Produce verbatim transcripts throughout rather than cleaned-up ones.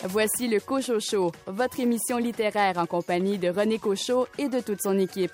Voici le Cochot Show, votre émission littéraire en compagnie de René Cochot et de toute son équipe.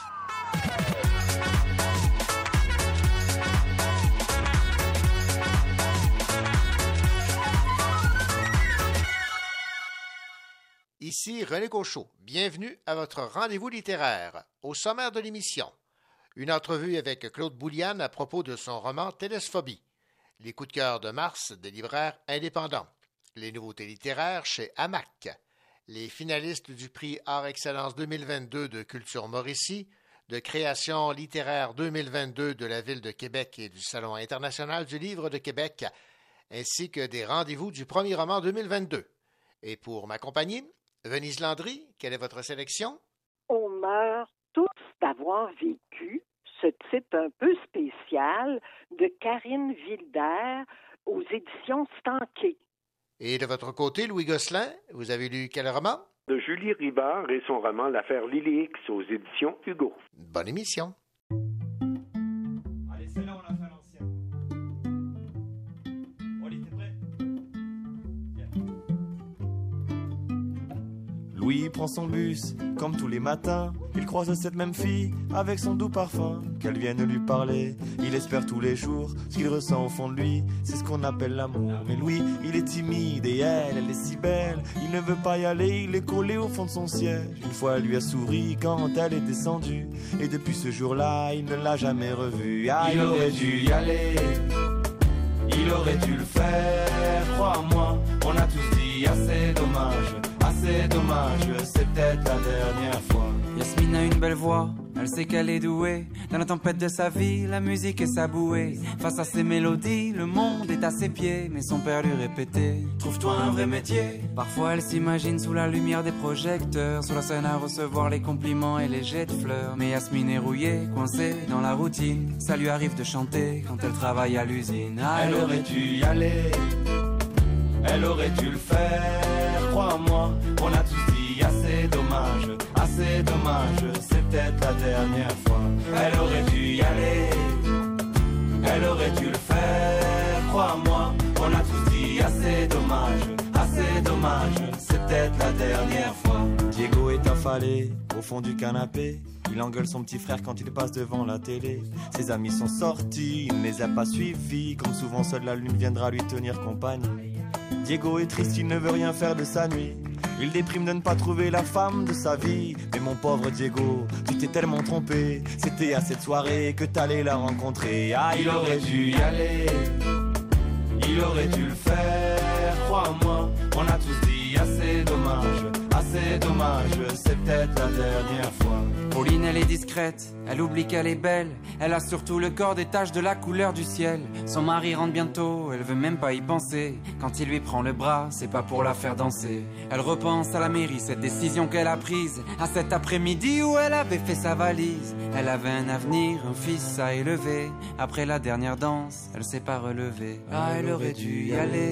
Ici René Cochot. Bienvenue à votre rendez-vous littéraire. Au sommaire de l'émission, une entrevue avec Claude Bouliane à propos de son roman Télésphobie, les coups de cœur de mars des libraires indépendants, les nouveautés littéraires chez Hamac, les finalistes du prix Art Excellence deux mille vingt-deux de Culture Mauricie, de Création littéraire deux mille vingt-deux de la Ville de Québec et du Salon international du livre de Québec, ainsi que des rendez-vous du premier roman deux mille vingt-deux. Et pour m'accompagner, Venise Landry, quelle est votre sélection? On meurt tous d'avoir vécu ce titre un peu spécial de Karine Wilder aux éditions Stanquet. Et de votre côté, Louis Gosselin, vous avez lu quel roman? De Julie Rivard et son roman L'affaire Lily X aux éditions Hugo. Bonne émission. Allez, celle-là, on l'a fait à l'ancienne. Oli, t'es prêt? Louis prend son bus, comme tous les matins. Il croise cette même fille, avec son doux parfum. Qu'elle vienne lui parler, il espère tous les jours. Ce qu'il ressent au fond de lui, c'est ce qu'on appelle l'amour. Mais Louis, il est timide et elle, elle est si belle. Il ne veut pas y aller, il est collé au fond de son siège. Une fois, elle lui a souri quand elle est descendue. Et depuis ce jour-là, il ne l'a jamais revue. Ah, il aurait dû y aller, il aurait dû le faire. Crois-moi, on a tous dit assez dommage. C'est dommage, c'est peut-être la dernière fois. Yasmine a une belle voix, elle sait qu'elle est douée. Dans la tempête de sa vie, la musique est sa bouée. Face à ses mélodies, le monde est à ses pieds. Mais son père lui répétait, trouve-toi un vrai métier. Parfois elle s'imagine sous la lumière des projecteurs, sur la scène à recevoir les compliments et les jets de fleurs. Mais Yasmine est rouillée, coincée dans la routine. Ça lui arrive de chanter quand elle travaille à l'usine. Ah, elle aurait dû y aller, elle aurait dû le faire, crois-moi. On a tous dit assez dommage, assez dommage, c'est peut-être la dernière fois. Elle aurait dû y aller, elle aurait dû le faire, crois-moi. On a tous dit assez dommage, assez dommage, c'est peut-être la dernière fois. Diego est affalé au fond du canapé. Il engueule son petit frère quand il passe devant la télé. Ses amis sont sortis, il ne les a pas suivis. Comme souvent, seule la lune viendra lui tenir compagnie. Diego est triste, il ne veut rien faire de sa nuit. Il déprime de ne pas trouver la femme de sa vie. Mais mon pauvre Diego, tu t'es tellement trompé. C'était à cette soirée que t'allais la rencontrer. Ah, il aurait dû y aller, il aurait dû le faire, crois-moi. On a tous dit assez dommage, assez dommage, c'est peut-être la dernière fois. Pauline, elle est discrète, elle oublie qu'elle est belle. Elle a surtout le corps des taches de la couleur du ciel. Son mari rentre bientôt, elle veut même pas y penser. Quand il lui prend le bras, c'est pas pour la faire danser. Elle repense à la mairie, cette décision qu'elle a prise. À cet après-midi où elle avait fait sa valise. Elle avait un avenir, un fils à élever. Après la dernière danse, elle s'est pas relevée. Ah, elle aurait dû y aller,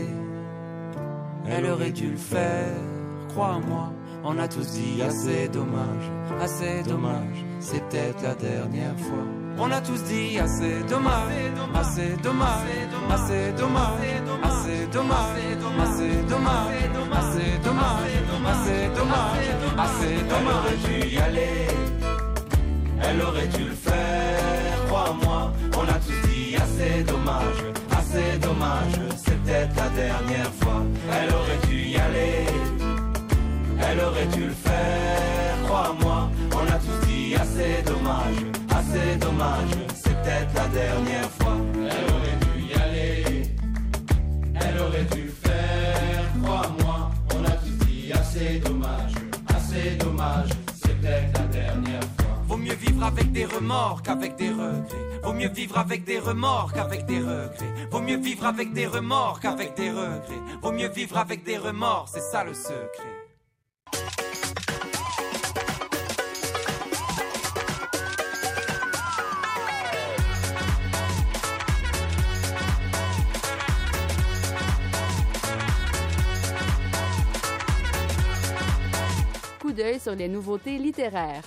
elle aurait dû le faire, crois-moi. On a tous dit assez dommage, assez dommage, c'est peut-être la dernière fois. On a tous dit assez dommage, assez dommage, assez dommage, assez dommage, assez dommage, assez dommage, assez dommage, assez dommage. Elle aurait dû y aller, elle aurait dû le faire, crois-moi. On a tous dit assez dommage, assez dommage, c'est peut-être la dernière fois. Elle aurait dû y aller, elle aurait dû le faire, crois-moi. On a tous dit assez dommage, assez dommage, c'est peut-être la dernière fois. Elle aurait dû y aller, elle aurait dû le faire, crois-moi. On a tous dit assez dommage, assez dommage, c'est peut-être la dernière fois. Vaut mieux vivre avec des remords qu'avec des regrets. Vaut mieux vivre avec des remords qu'avec des regrets. Vaut mieux vivre avec des remords qu'avec des regrets. Vaut mieux vivre avec des remords, c'est ça le secret. Coup d'œil sur les nouveautés littéraires.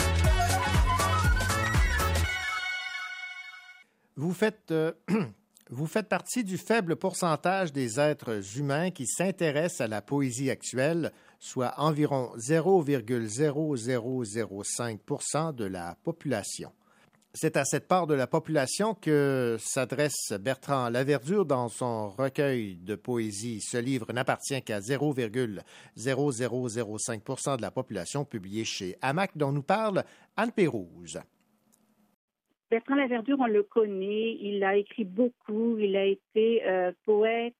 Vous faites, euh, Vous faites partie du faible pourcentage des êtres humains qui s'intéressent à la poésie actuelle, soit environ zéro virgule zéro zéro zéro cinq pour cent de la population. C'est à cette part de la population que s'adresse Bertrand Laverdure dans son recueil de poésie. Ce livre n'appartient qu'à zéro virgule zéro zéro zéro cinq pour cent de la population, publié chez Hamac, dont nous parle Anne Pérouse. Bertrand Laverdure, on le connaît, il a écrit beaucoup, il a été euh, poète,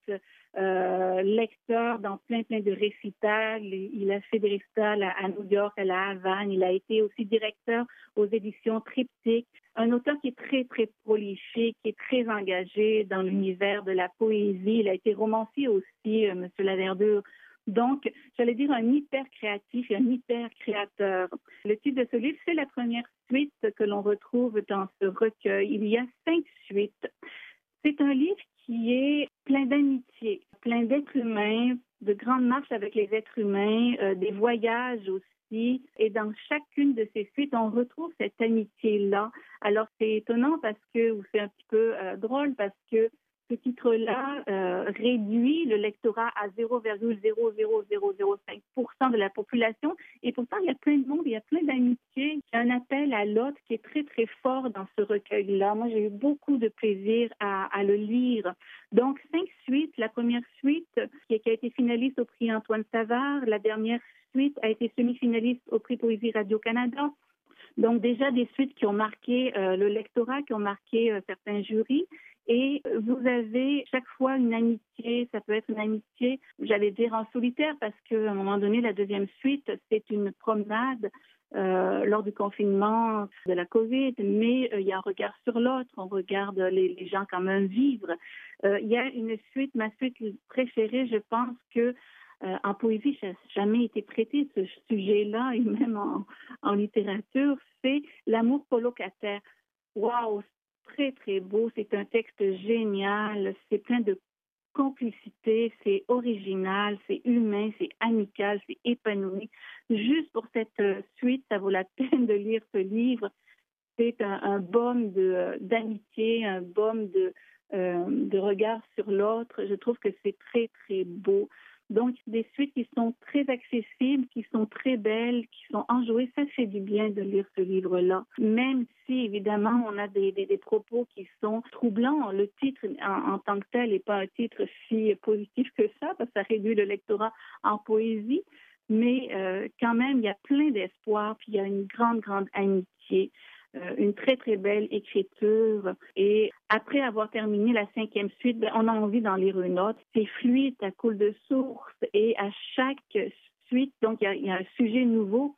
euh, lecteur dans plein, plein de récitals. Il a fait des récitals à, à New York, à la Havane. Il a été aussi directeur aux éditions Triptyque. Un auteur qui est très, très prolifique, qui est très engagé dans l'univers de la poésie. Il a été romancier aussi, euh, M. Laverdure. Donc, j'allais dire un hyper créatif et un hyper créateur. Le titre de ce livre, c'est la première suite que l'on retrouve dans ce recueil. Il y a cinq suites. C'est un livre qui est plein d'amitié, plein d'êtres humains, de grandes marches avec les êtres humains, euh, des voyages aussi. Et dans chacune de ces suites, on retrouve cette amitié-là. Alors, c'est étonnant parce que, ou c'est un petit peu euh, drôle parce que ce titre-là euh, réduit le lectorat à zéro virgule zéro zéro zéro zéro cinq pour cent de la population. Et pourtant, il y a plein de monde, il y a plein d'amitiés. Il y a un appel à l'autre qui est très, très fort dans ce recueil-là. Moi, j'ai eu beaucoup de plaisir à, à le lire. Donc, cinq suites. La première suite qui a, qui a été finaliste au prix Antoine Savard. La dernière suite a été semi-finaliste au prix Poésie Radio-Canada. Donc, déjà des suites qui ont marqué euh, le lectorat, qui ont marqué euh, certains jurys. Et vous avez chaque fois une amitié, ça peut être une amitié, j'allais dire en solitaire, parce qu'à un moment donné, la deuxième suite, c'est une promenade euh, lors du confinement de la COVID, mais euh, il y a un regard sur l'autre, on regarde les, les gens quand même vivre. Euh, il y a une suite, ma suite préférée, je pense que euh, en poésie, ça n'a jamais été traité, ce sujet-là, et même en, en littérature, c'est l'amour colocataire. Waouh! Très, très beau. C'est un texte génial. C'est plein de complicité. C'est original, c'est humain, c'est amical, c'est épanoui. Juste pour cette suite, ça vaut la peine de lire ce livre. C'est un, un baume de, d'amitié, un baume de, euh, de regard sur l'autre. Je trouve que c'est très, très beau. Donc, des suites qui sont très accessibles, qui sont très belles, qui sont enjouées. Ça fait du bien de lire ce livre-là. Même si, évidemment, on a des, des, des propos qui sont troublants. Le titre, en, en tant que tel, n'est pas un titre si positif que ça, parce que ça réduit le lectorat en poésie. Mais euh, quand même, il y a plein d'espoir, puis il y a une grande, grande amitié. Euh, une très, très belle écriture. Et après avoir terminé la cinquième suite, ben, on a envie d'en lire une autre. C'est fluide, ça coule de source. Et à chaque suite, donc il y a, il y a un sujet nouveau.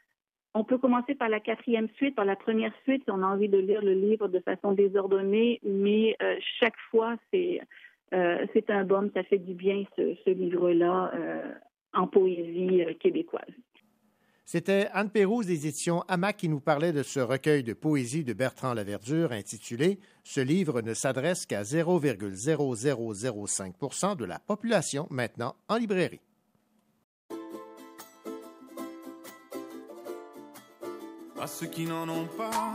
On peut commencer par la quatrième suite, par la première suite, si on a envie de lire le livre de façon désordonnée. Mais euh, chaque fois, c'est, euh, c'est un baume, ça fait du bien, ce, ce livre-là, euh, en poésie euh, québécoise. C'était Anne Pérouse des éditions Hamac qui nous parlait de ce recueil de poésie de Bertrand Laverdure intitulé « Ce livre ne s'adresse qu'à zéro virgule zéro zéro zéro cinq pour cent de la population, maintenant en librairie. » À ceux qui n'en ont pas,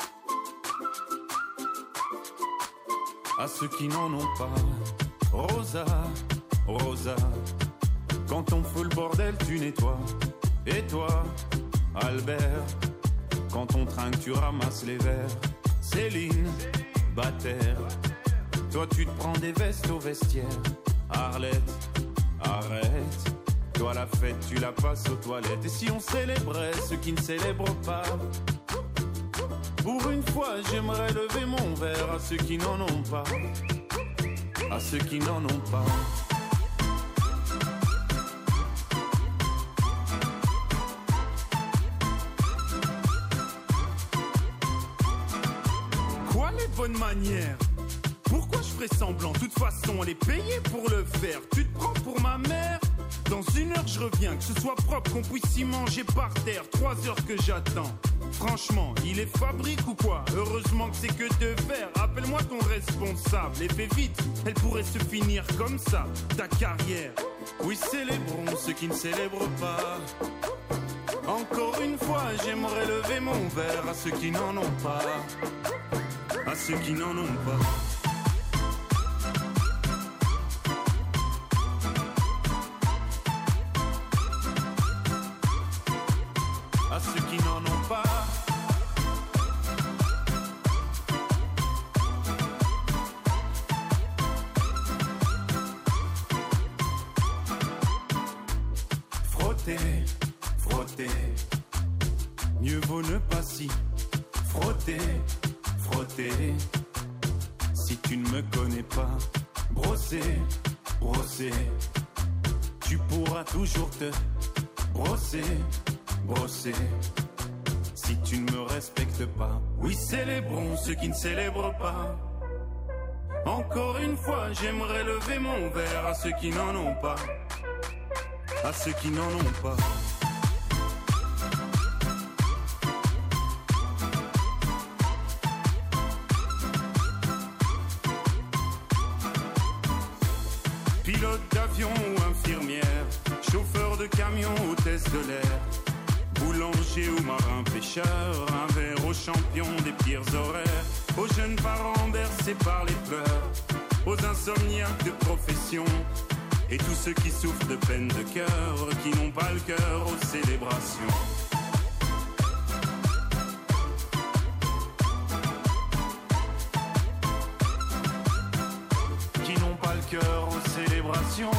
à ceux qui n'en ont pas, Rosa, Rosa, quand on fout le bordel, tu nettoies. Et toi, Albert, quand on trinque, tu ramasses les verres. Céline, Bataire, toi tu te prends des vestes au vestiaire. Arlette, arrête, toi la fête tu la passes aux toilettes. Et si on célébrait ceux qui ne célèbrent pas, pour une fois j'aimerais lever mon verre à ceux qui n'en ont pas, à ceux qui n'en ont pas. Bonne manière. Pourquoi je ferais semblant? De toute façon, on est payé pour le faire. Tu te prends pour ma mère? Dans une heure, je reviens. Que ce soit propre, qu'on puisse y manger par terre. Trois heures que j'attends. Franchement, il est fabrique ou quoi? Heureusement que c'est que de faire. Appelle-moi ton responsable. Et fais vite, elle pourrait se finir comme ça. Ta carrière. Oui, célébrons ceux qui ne célèbrent pas. Encore une fois, j'aimerais lever mon verre à ceux qui n'en ont pas. À ceux qui n'en ont pas. à ceux qui n'en ont pas. Frotter, frotter, mieux vaut ne pas s'y frotter, frotter. Si tu ne me connais pas, brosser, brosser, tu pourras toujours te brosser, brosser. Si tu ne me respectes pas, oui, célébrons ceux qui ne célèbrent pas. Encore une fois, j'aimerais lever mon verre à ceux qui n'en ont pas, à ceux qui n'en ont pas. Pilote d'avion ou infirmière, chauffeur de camion, hôtesse de l'air, boulanger ou marin pêcheur, un verre aux champions des pires horaires, aux jeunes parents bercés par les pleurs, aux insomniaques de profession, et tous ceux qui souffrent de peine de cœur, qui n'ont pas le cœur aux célébrations. Qui n'ont pas le cœur aux célébrations.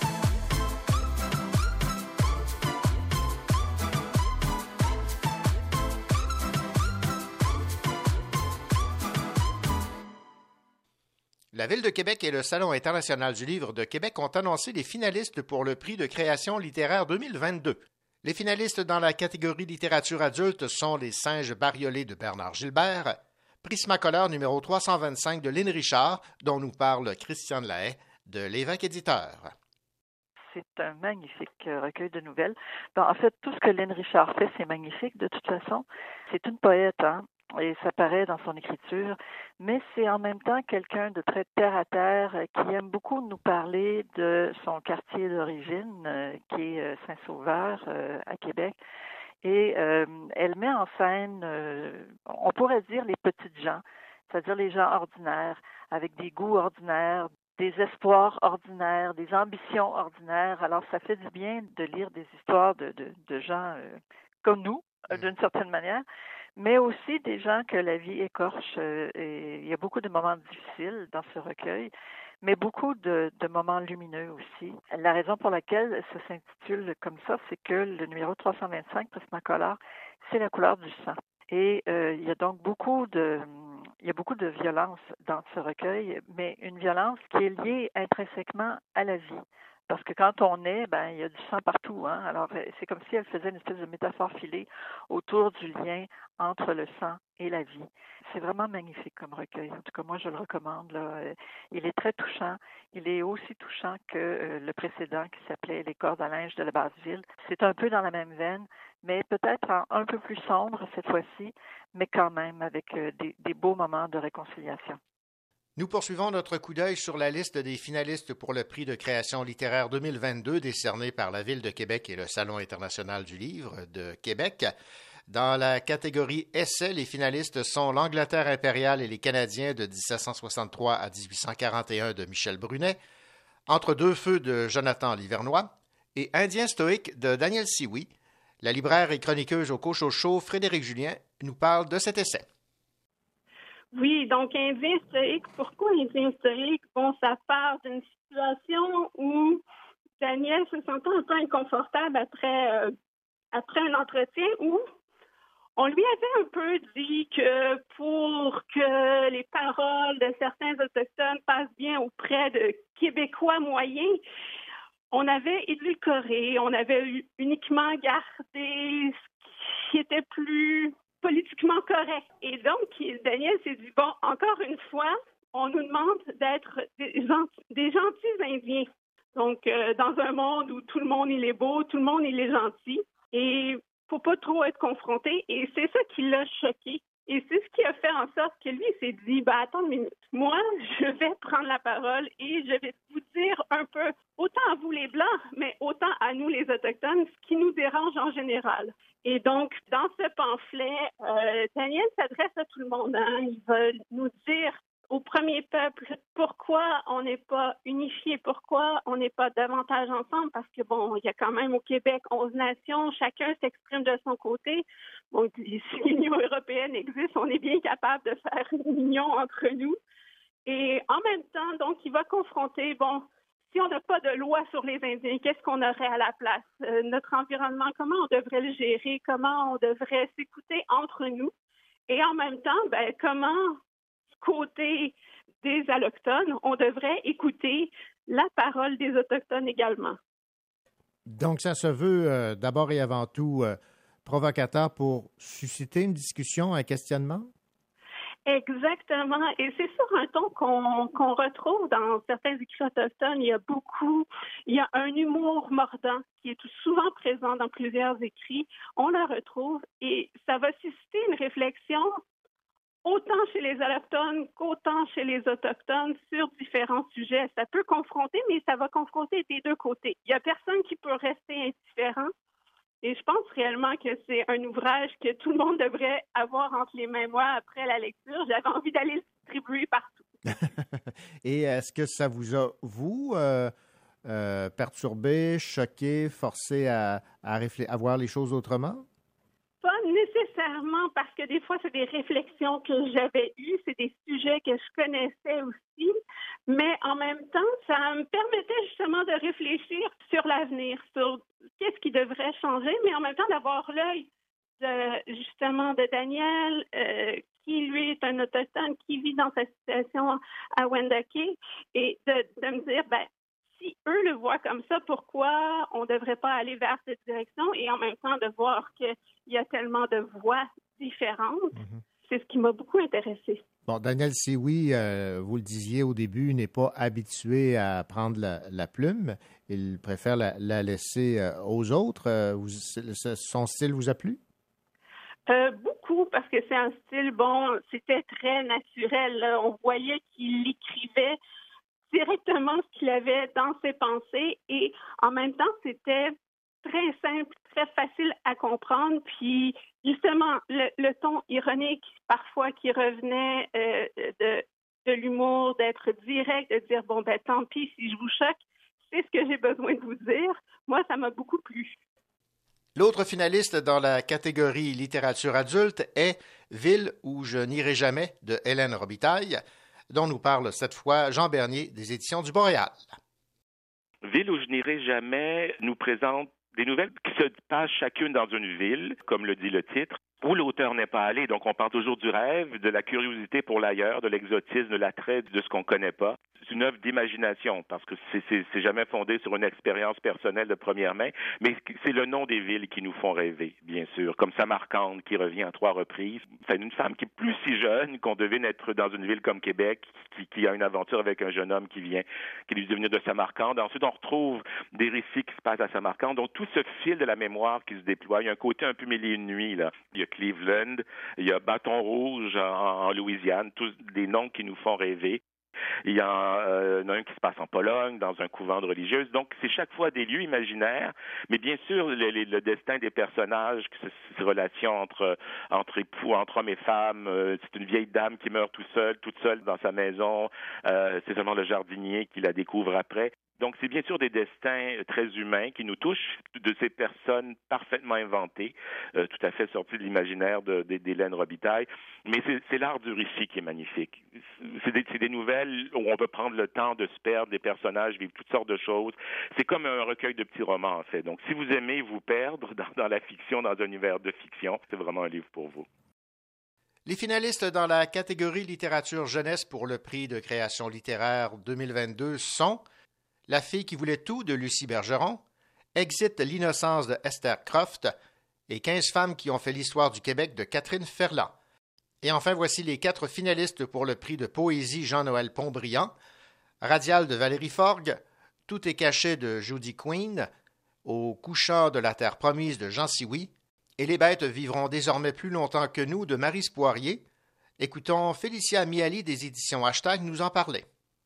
La Ville de Québec et le Salon international du livre de Québec ont annoncé les finalistes pour le prix de création littéraire deux mille vingt-deux. Les finalistes dans la catégorie littérature adulte sont Les Singes bariolés de Bernard Gilbert, Prismacolor numéro trois cent vingt-cinq de Lynn Richard, dont nous parle Christian Delahaye de l'Évêque Éditeur. C'est un magnifique recueil de nouvelles. Bon, en fait, tout ce que Lynn Richard fait, c'est magnifique de toute façon. C'est une poète, hein? Et ça paraît dans son écriture, mais c'est en même temps quelqu'un de très terre-à-terre qui aime beaucoup nous parler de son quartier d'origine, euh, qui est euh, Saint-Sauveur, euh, à Québec. Et euh, elle met en scène, euh, on pourrait dire les petites gens, c'est-à-dire les gens ordinaires, avec des goûts ordinaires, des espoirs ordinaires, des ambitions ordinaires. Alors, ça fait du bien de lire des histoires de, de, de gens euh, comme nous, euh, d'une certaine manière, mais aussi des gens que la vie écorche. Euh, et il y a beaucoup de moments difficiles dans ce recueil, mais beaucoup de, de moments lumineux aussi. La raison pour laquelle ça s'intitule comme ça, c'est que le numéro trois cent vingt-cinq, Prismacolor, c'est la couleur du sang. Et euh, il y a donc beaucoup de, il y a beaucoup de violence dans ce recueil, mais une violence qui est liée intrinsèquement à la vie. Parce que quand on est, ben il y a du sang partout, hein. Alors c'est comme si elle faisait une espèce de métaphore filée autour du lien entre le sang et la vie. C'est vraiment magnifique comme recueil. En tout cas, moi je le recommande, là. Il est très touchant. Il est aussi touchant que euh, le précédent qui s'appelait Les cordes à linge de la Basse-Ville. C'est un peu dans la même veine, mais peut-être en, un peu plus sombre cette fois-ci, mais quand même avec euh, des, des beaux moments de réconciliation. Nous poursuivons notre coup d'œil sur la liste des finalistes pour le prix de création littéraire deux mille vingt-deux décerné par la Ville de Québec et le Salon international du livre de Québec. Dans la catégorie essais, les finalistes sont L'Angleterre impériale et les Canadiens de dix-sept cent soixante-trois à dix-huit cent quarante et un de Michel Brunet, Entre deux feux de Jonathan Livernois et Indien stoïque de Daniel Sioui. La libraire et chroniqueuse au Cochocho, Frédéric Julien, nous parle de cet essai. Oui, donc Indien stoïque. Pourquoi Indien stoïque? Bon, ça part d'une situation où Daniel se sentait un peu inconfortable après, euh, après un entretien où on lui avait un peu dit que pour que les paroles de certains Autochtones passent bien auprès de Québécois moyens, on avait édulcoré, on avait uniquement gardé ce qui était plus politiquement correct. Et donc, Daniel s'est dit, bon, encore une fois, on nous demande d'être des, gent- des gentils Indiens. Donc, euh, dans un monde où tout le monde, il est beau, tout le monde, il est gentil. Et faut pas trop être confronté. Et c'est ça qui l'a choqué. Et c'est ce qui a fait en sorte que lui s'est dit, ben, attends une minute. Moi, je vais prendre la parole et je vais vous dire un peu, autant à vous les Blancs, mais autant à nous les Autochtones, ce qui nous dérange en général. Et donc, dans ce pamphlet, euh, Daniel s'adresse à tout le monde. Hein. Il va nous dire, au premier peuple, pourquoi on n'est pas unifié, pourquoi on n'est pas davantage ensemble, parce que, bon, il y a quand même au Québec onze nations, chacun s'exprime de son côté. Bon, si l'Union européenne existe, on est bien capable de faire une union entre nous. Et en même temps, donc, il va confronter, bon, si on n'a pas de loi sur les Indiens, qu'est-ce qu'on aurait à la place? Euh, notre environnement, comment on devrait le gérer? Comment on devrait s'écouter entre nous? Et en même temps, ben, comment, du côté des Allochtones, on devrait écouter la parole des Autochtones également. Donc, ça se veut euh, d'abord et avant tout euh, provocateur pour susciter une discussion, un questionnement? Exactement. Et c'est sur un ton qu'on, qu'on retrouve dans certains écrits autochtones. Il y a beaucoup, il y a un humour mordant qui est souvent présent dans plusieurs écrits. On le retrouve et ça va susciter une réflexion autant chez les Allochtones qu'autant chez les Autochtones sur différents sujets. Ça peut confronter, mais ça va confronter des deux côtés. Il n'y a personne qui peut rester indifférent. Et je pense réellement que c'est un ouvrage que tout le monde devrait avoir entre les mains. Moi, après la lecture, j'avais envie d'aller le distribuer partout. Et est-ce que ça vous a, vous, euh, euh, perturbé, choqué, forcé à, à, réflé- à voir les choses autrement? Pas nécessairement, parce que des fois, c'est des réflexions que j'avais eues, c'est des sujets que je connaissais aussi, mais en même temps, ça me permettait justement de réfléchir sur l'avenir, sur qu'est-ce qui devrait changer, mais en même temps d'avoir l'œil de, justement de Daniel, euh, qui lui est un autochtone, qui vit dans sa situation à Wendake, et de, de me dire, ben, si eux le voient comme ça, pourquoi on ne devrait pas aller vers cette direction et en même temps de voir qu'il y a tellement de voix différentes, mm-hmm. C'est ce qui m'a beaucoup intéressée. Bon, Daniel Sioui, euh, vous le disiez au début, n'est pas habitué à prendre la, la plume. Il préfère la, la laisser euh, aux autres. Euh, vous, son style vous a plu? Euh, beaucoup, parce que c'est un style, bon, c'était très naturel. Là. On voyait qu'il écrivait directement ce qu'il avait dans ses pensées et en même temps, c'était très simple, très facile à comprendre. Puis justement, le, le ton ironique parfois qui revenait euh, de, de l'humour, d'être direct, de dire, bon, ben tant pis si je vous choque, c'est ce que j'ai besoin de vous dire. Moi, ça m'a beaucoup plu. L'autre finaliste dans la catégorie littérature adulte est « Ville où je n'irai jamais » de Hélène Robitaille, dont nous parle cette fois Jean Bernier des Éditions du Boréal. Ville où je n'irai jamais nous présente des nouvelles qui se passent chacune dans une ville, comme le dit le titre, où l'auteur n'est pas allé. Donc, on parle toujours du rêve, de la curiosité pour l'ailleurs, de l'exotisme, de l'attrait, de ce qu'on ne connaît pas. C'est une œuvre d'imagination, parce que c'est, c'est, c'est jamais fondé sur une expérience personnelle de première main, mais c'est le nom des villes qui nous font rêver, bien sûr, comme Samarcande, qui revient à trois reprises. C'est une femme qui est plus si jeune qu'on devine être dans une ville comme Québec, qui, qui a une aventure avec un jeune homme qui vient, qui lui dit de venir de Samarcande. Ensuite, on retrouve des récits qui se passent à Samarcande. Donc, tout ce fil de la mémoire qui se déploie, il y a un côté un peu mille et une nuits, là. Il y a Cleveland, il y a Bâton Rouge en, en Louisiane, tous des noms qui nous font rêver. Il y en euh, a un qui se passe en Pologne, dans un couvent de religieuses. Donc, c'est chaque fois des lieux imaginaires, mais bien sûr, le, le, le destin des personnages, ces relations entre, entre époux, entre hommes et femmes. Euh, c'est une vieille dame qui meurt tout seule, toute seule dans sa maison. Euh, c'est seulement le jardinier qui la découvre après. Donc, c'est bien sûr des destins très humains qui nous touchent, de ces personnes parfaitement inventées, euh, tout à fait sorties de l'imaginaire de, de, d'Hélène Robitaille. Mais c'est, c'est l'art du récit qui est magnifique. C'est des, c'est des nouvelles où on peut prendre le temps de se perdre, des personnages vivent toutes sortes de choses. C'est comme un recueil de petits romans, en fait. Donc, si vous aimez vous perdre dans, dans la fiction, dans un univers de fiction, c'est vraiment un livre pour vous. Les finalistes dans la catégorie littérature jeunesse pour le prix de création littéraire deux mille vingt-deux sont La fille qui voulait tout de Lucie Bergeron, Exit l'innocence de Esther Croft et quinze femmes qui ont fait l'histoire du Québec de Catherine Ferland. Et enfin, voici les quatre finalistes pour le prix de poésie Jean-Noël Pontbriand, Radial de Valérie Forgue, Tout est caché de Judy Queen, Au couchant de la terre promise de Jean Sioui et Les bêtes vivront désormais plus longtemps que nous de Maryse Poirier. Écoutons Félicia Miali des éditions Hashtag nous en parler.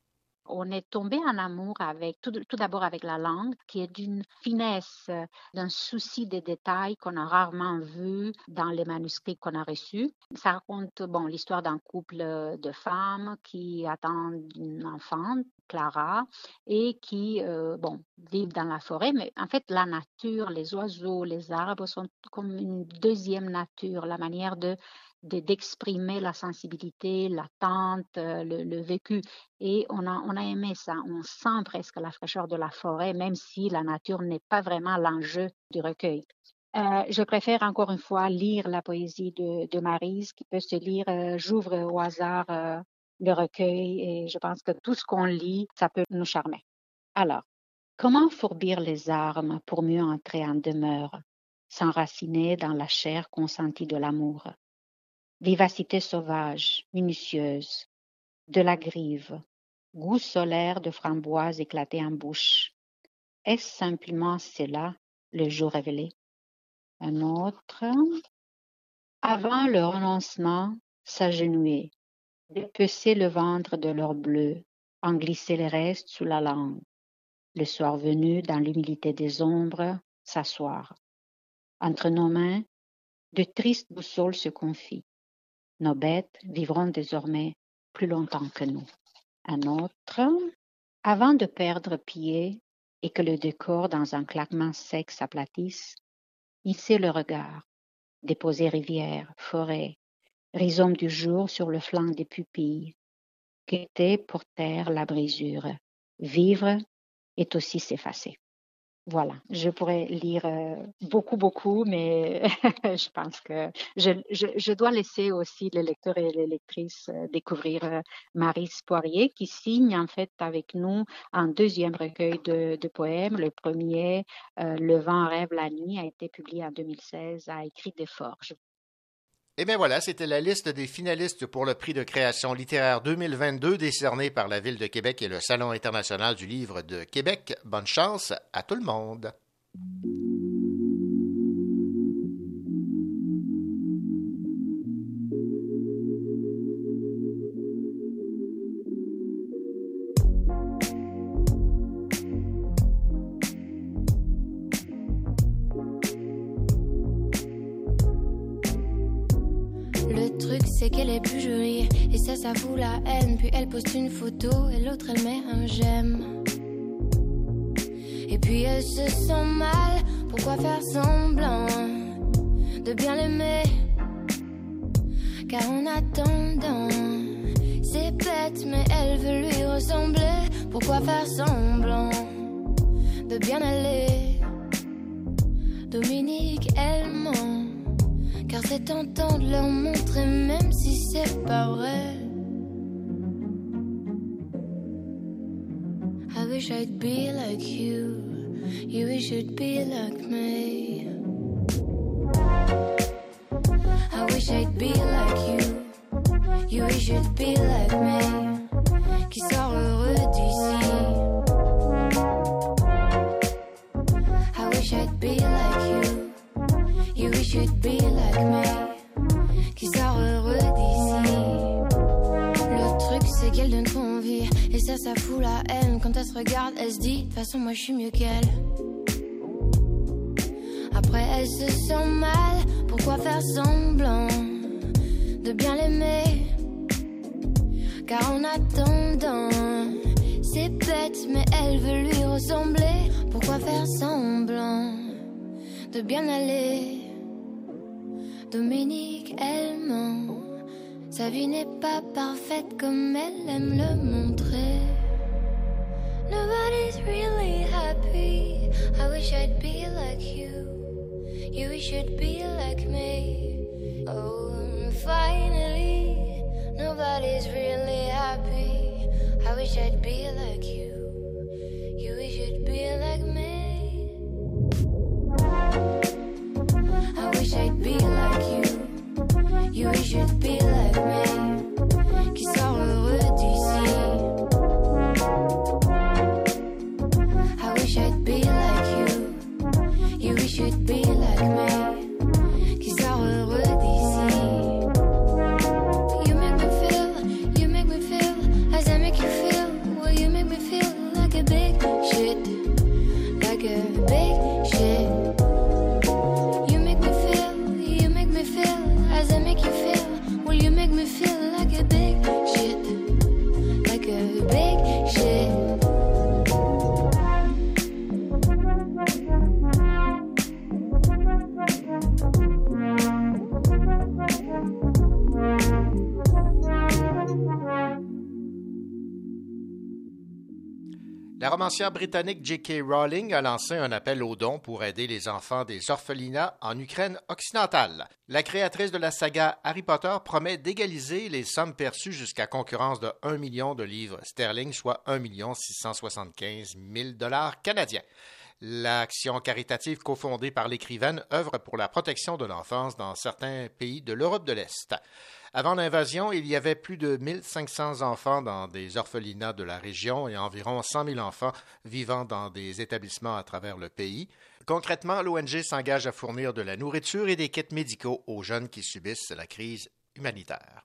On est tombé en amour avec, tout, tout d'abord avec la langue, qui est d'une finesse, d'un souci des détails qu'on a rarement vu dans les manuscrits qu'on a reçus. Ça raconte bon, l'histoire d'un couple de femmes qui attendent une enfant, Clara, et qui euh, bon, vivent dans la forêt. Mais en fait, la nature, les oiseaux, les arbres sont comme une deuxième nature, la manière de De, d'exprimer la sensibilité, l'attente, euh, le, le vécu. Et on a, on a aimé ça. On sent presque la fraîcheur de la forêt, même si la nature n'est pas vraiment l'enjeu du recueil. Euh, je préfère encore une fois lire la poésie de, de Maryse, qui peut se lire. Euh, j'ouvre au hasard euh, le recueil et je pense que tout ce qu'on lit, ça peut nous charmer. Alors, comment fourbir les armes pour mieux entrer en demeure, s'enraciner dans la chair consentie de l'amour? Vivacité sauvage, minutieuse, de la grive, goût solaire de framboise éclaté en bouche. Est-ce simplement cela, le jour révélé? Un autre. Avant le renoncement, s'agenouiller, dépecer le ventre de l'or bleu, en glisser les restes sous la langue. Le soir venu, dans l'humilité des ombres, s'asseoir. Entre nos mains, de tristes boussoles se confient. Nos bêtes vivront désormais plus longtemps que nous. Un autre. Avant de perdre pied et que le décor dans un claquement sec s'aplatisse, hisser le regard, déposer rivière, forêt, rhizome du jour sur le flanc des pupilles, guetter pour terre la brisure. Vivre est aussi s'effacer. Voilà, je pourrais lire euh, beaucoup, beaucoup, mais je pense que je, je, je dois laisser aussi les lecteurs et les lectrices euh, découvrir euh, Maryse Poirier, qui signe en fait avec nous un deuxième recueil de, de poèmes. Le premier, euh, Le vent rêve la nuit, a été publié en deux mille seize à Écrits des Forges. Et bien voilà, c'était la liste des finalistes pour le prix de création littéraire deux mille vingt-deux décerné par la Ville de Québec et le Salon international du livre de Québec. Bonne chance à tout le monde. C'est qu'elle est plus jolie et ça, ça fout la haine. Puis elle poste une photo et l'autre elle met un j'aime. Et puis elle se sent mal. Pourquoi faire semblant de bien l'aimer? Car en attendant, c'est bête mais elle veut lui ressembler. Pourquoi faire semblant de bien aller? Dominique elle ment. Car c'est tentant de leur montrer même si c'est pas vrai. I wish I'd be like you. You wish you'd be like me. I wish I'd be like you. You wish you'd be like me. Qui sort heureux d'ici. I wish I'd be like you. You wish you'd be like me. Qui sort heureux d'ici. Le truc c'est qu'elle donne trop envie. Et ça, ça fout la haine. Quand elle se regarde, elle se dit de toute façon moi je suis mieux qu'elle. Après elle se sent mal. Pourquoi faire semblant de bien l'aimer? Car en attendant, c'est bête mais elle veut lui ressembler. Pourquoi faire semblant de bien aller? Dominique, elle ment. Sa vie n'est pas parfaite comme elle aime le montrer. Nobody's really happy. I wish I'd be like you. You wish you'd be like me. Oh, finally, nobody's really happy. I wish I'd be like you. You wish you'd be like me. I wish I'd be like you. You wish you'd be like me. Qui sort heureux d'ici. I wish I'd be like you. You wish you'd be like me. Qui sort heureux d'ici. You make me feel, you make me feel as I make you feel. Well, you make me romancière britannique J K Rowling a lancé un appel aux dons pour aider les enfants des orphelinats en Ukraine occidentale. La créatrice de la saga Harry Potter promet d'égaliser les sommes perçues jusqu'à concurrence de un million de livres sterling, soit un million six cent soixante-quinze mille dollars canadiens. L'action caritative cofondée par l'écrivaine œuvre pour la protection de l'enfance dans certains pays de l'Europe de l'Est. Avant l'invasion, il y avait plus de mille cinq cents enfants dans des orphelinats de la région et environ cent mille enfants vivant dans des établissements à travers le pays. Concrètement, l'O N G s'engage à fournir de la nourriture et des kits médicaux aux jeunes qui subissent la crise humanitaire.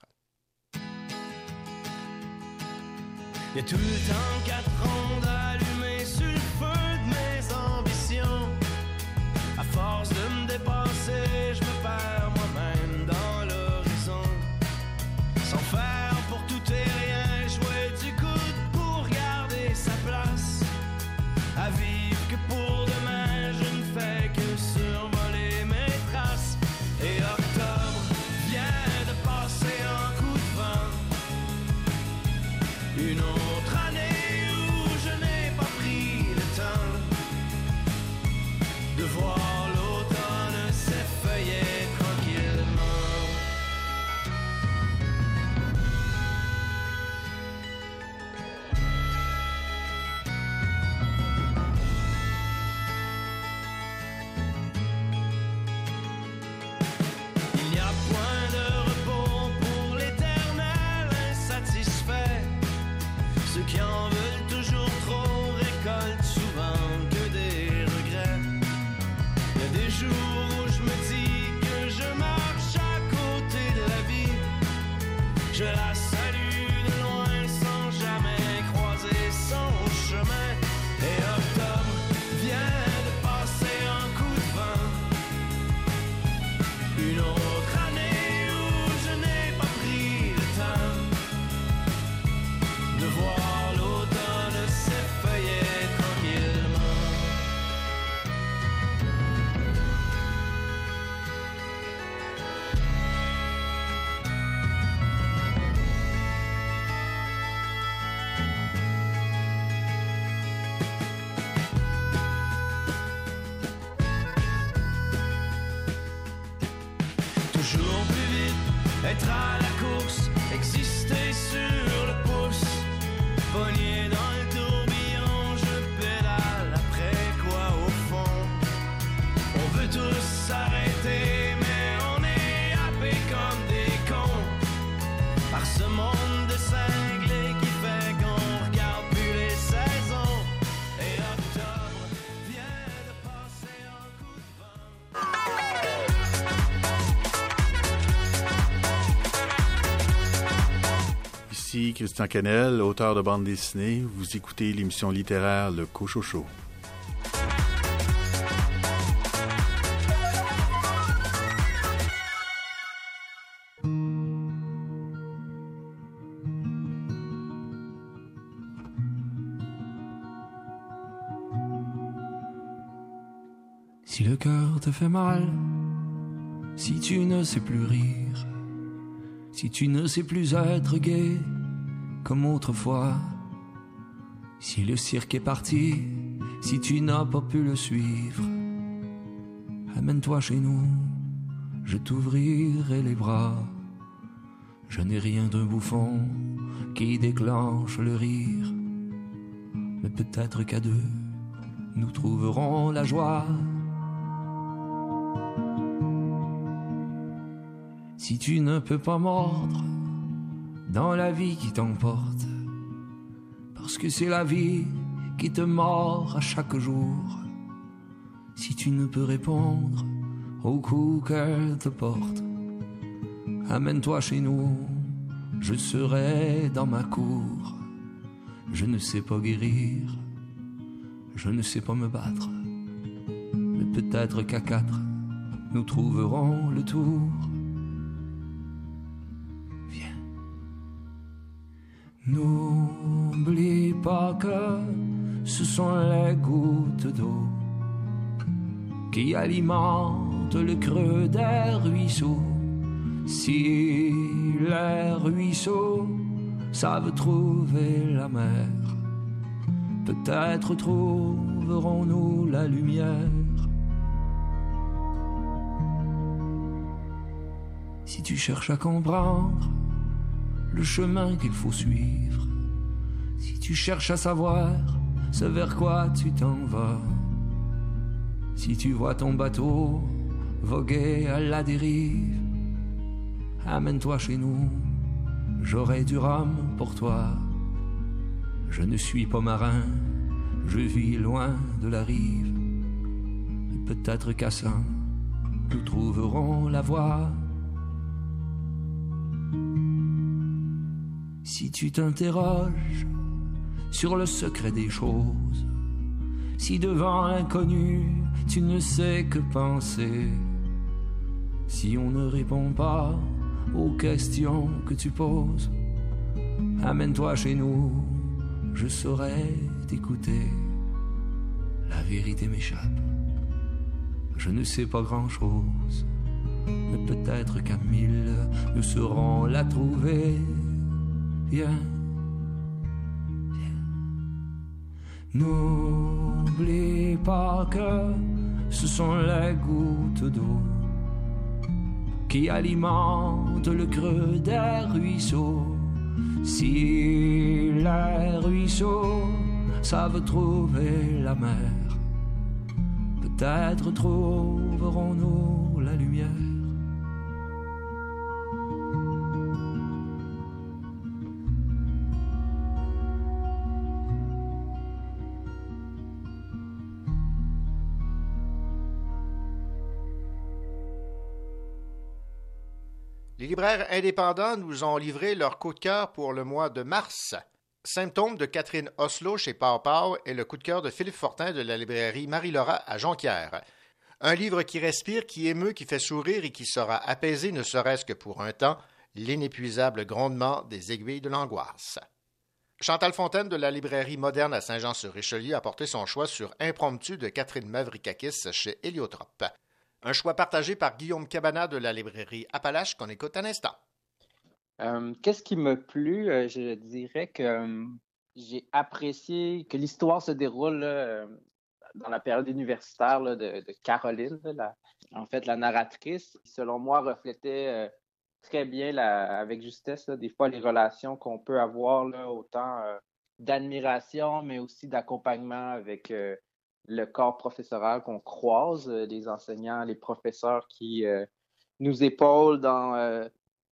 Il y a tout le temps quatre ans d'allumer sur le feu de mes ambitions. À force de me dépasser, je me perds moi-même dans l'horizon. Sans faire pour tout et rien, jouer du coude pour garder sa place. À vivre que pour demain, je ne fais que survoler mes traces. Et octobre vient de passer en coup de vent. Une autre année où je n'ai pas pris le temps de voir l'automne s'effeuiller tranquillement. Il n'y a point de repos pour l'éternel insatisfait. Ceux qui en veulent toujours trop récoltent souvent que des regrets. Il y a des jours où je me dis que je marche à côté de la vie. Je la salue de loin sans jamais croiser son chemin. Et octobre vient de passer en coup de vent. Une autre année où je n'ai pas pris le temps de voir l'automne s'effeuiller tranquillement. Toujours plus vite, être à la course, exister sur le pouce. Pogné dans le tourbillon, je pédale, après quoi au fond on veut tous s'arrêter, mais on est happés comme des cons par ce monde de cinglés qui fait qu'on regarde plus les saisons. Et octobre vient de passer en coup de vent. Ici Christian Canel, auteur de bande dessinée. Vous écoutez l'émission littéraire Le Cochocho. Si le cœur te fait mal, si tu ne sais plus rire, si tu ne sais plus être gai comme autrefois, si le cirque est parti, si tu n'as pas pu le suivre, amène-toi chez nous, je t'ouvrirai les bras. Je n'ai rien d'un bouffon qui déclenche le rire, mais peut-être qu'à deux, nous trouverons la joie. Si tu ne peux pas mordre dans la vie qui t'emporte, parce que c'est la vie qui te mord à chaque jour. Si tu ne peux répondre au coup qu'elle te porte, amène-toi chez nous, je serai dans ma cour. Je ne sais pas guérir, je ne sais pas me battre, mais peut-être qu'à quatre, nous trouverons le tour. N'oublie pas que ce sont les gouttes d'eau qui alimentent le creux des ruisseaux. Si les ruisseaux savent trouver la mer, Peut-être trouverons-nous la lumière. Si tu cherches à comprendre le chemin qu'il faut suivre, si tu cherches à savoir ce vers quoi tu t'en vas, si tu vois ton bateau voguer à la dérive, amène-toi chez nous, j'aurai du rhum pour toi. Je ne suis pas marin, je vis loin de la rive. Peut-être qu'à ça, nous trouverons la voie. Si tu t'interroges sur le secret des choses, si devant l'inconnu tu ne sais que penser, si on ne répond pas aux questions que tu poses, amène-toi chez nous, je saurai t'écouter. La vérité m'échappe, je ne sais pas grand-chose, mais peut-être qu'à mille nous saurons la trouver. Viens, viens. N'oublie pas que ce sont les gouttes d'eau qui alimentent le creux des ruisseaux. Si les ruisseaux savent trouver la mer, peut-être trouverons-nous la lumière. Les libraires indépendants nous ont livré leur coup de cœur pour le mois de mars. Symptômes de Catherine Oslo chez Pau Pau et le coup de cœur de Philippe Fortin de la librairie Marie-Laura à Jonquière. Un livre qui respire, qui émeut, qui fait sourire et qui saura apaiser, ne serait-ce que pour un temps, l'inépuisable grondement des aiguilles de l'angoisse. Chantal Fontaine de la librairie moderne à Saint-Jean-sur-Richelieu a porté son choix sur Impromptu de Catherine Mavrikakis chez Héliotrope. Un choix partagé par Guillaume Cabana de la librairie Appalache qu'on écoute à l'instant. Euh, qu'est-ce qui m'a plu? Euh, je dirais que euh, j'ai apprécié que l'histoire se déroule euh, dans la période universitaire là, de, de Caroline, là, la, en fait la narratrice, qui selon moi reflétait euh, très bien la, avec justesse là, des fois les relations qu'on peut avoir, là, autant euh, d'admiration mais aussi d'accompagnement avec euh, le corps professoral qu'on croise, euh, les enseignants, les professeurs qui euh, nous épaulent dans euh,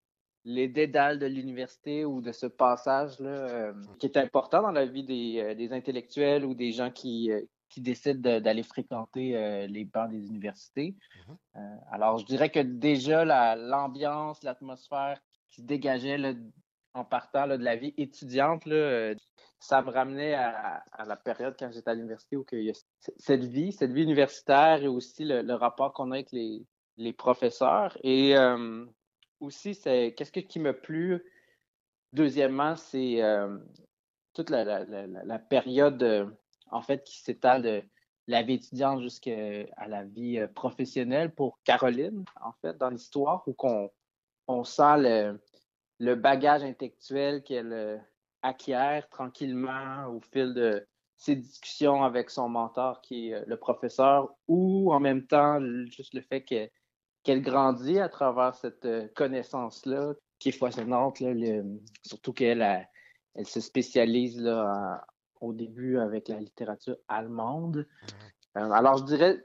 les dédales de l'université ou de ce passage-là euh, qui est important dans la vie des, euh, des intellectuels ou des gens qui, euh, qui décident de, d'aller fréquenter euh, les bancs des universités. Mm-hmm. Euh, alors, je dirais que déjà, la, l'ambiance, l'atmosphère qui se dégageait là, en partant là, de la vie étudiante, là, euh, ça me ramenait à, à la période quand j'étais à l'université où il y a cette vie, cette vie universitaire et aussi le, le rapport qu'on a avec les, les professeurs. Et euh, aussi, c'est qu'est-ce qui m'a plu, deuxièmement, c'est euh, toute la, la, la, la période, euh, en fait, qui s'étale de la vie étudiante jusqu'à la vie euh, professionnelle pour Caroline, en fait, dans l'histoire, où qu'on, on sent le, le bagage intellectuel qu'elle euh, acquiert tranquillement au fil de ses discussions avec son mentor, qui est le professeur, ou en même temps, juste le fait que, qu'elle grandit à travers cette connaissance-là, qui est foisonnante, là, le, surtout qu'elle a, elle se spécialise là, en, au début avec la littérature allemande. Mmh. Euh, alors, je dirais,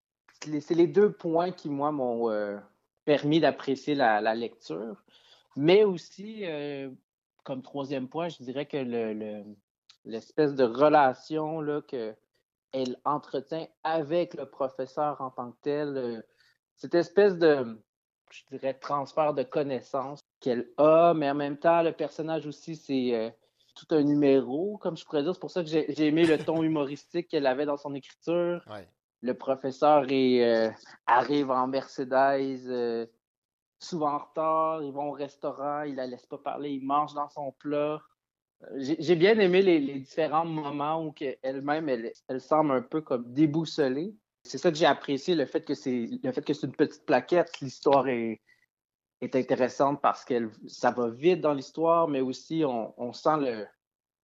c'est les deux points qui, moi, m'ont euh, permis d'apprécier la, la lecture, mais aussi... Euh, Comme troisième point, je dirais que le, le, l'espèce de relation là, qu'elle entretient avec le professeur en tant que tel, euh, cette espèce de, je dirais, transfert de connaissances qu'elle a, mais en même temps, le personnage aussi, c'est euh, tout un numéro, comme je pourrais dire. C'est pour ça que j'ai, j'ai aimé le ton humoristique qu'elle avait dans son écriture. Ouais. Le professeur est, euh, arrive en Mercedes, euh, souvent en retard, ils vont au restaurant, il la laisse pas parler, il mange dans son plat. J'ai, j'ai bien aimé les, les différents moments où elle-même, elle, elle semble un peu comme déboussolée. C'est ça que j'ai apprécié, le fait que c'est, le fait que c'est une petite plaquette. L'histoire est, est intéressante parce que ça va vite dans l'histoire, mais aussi on, on sent le,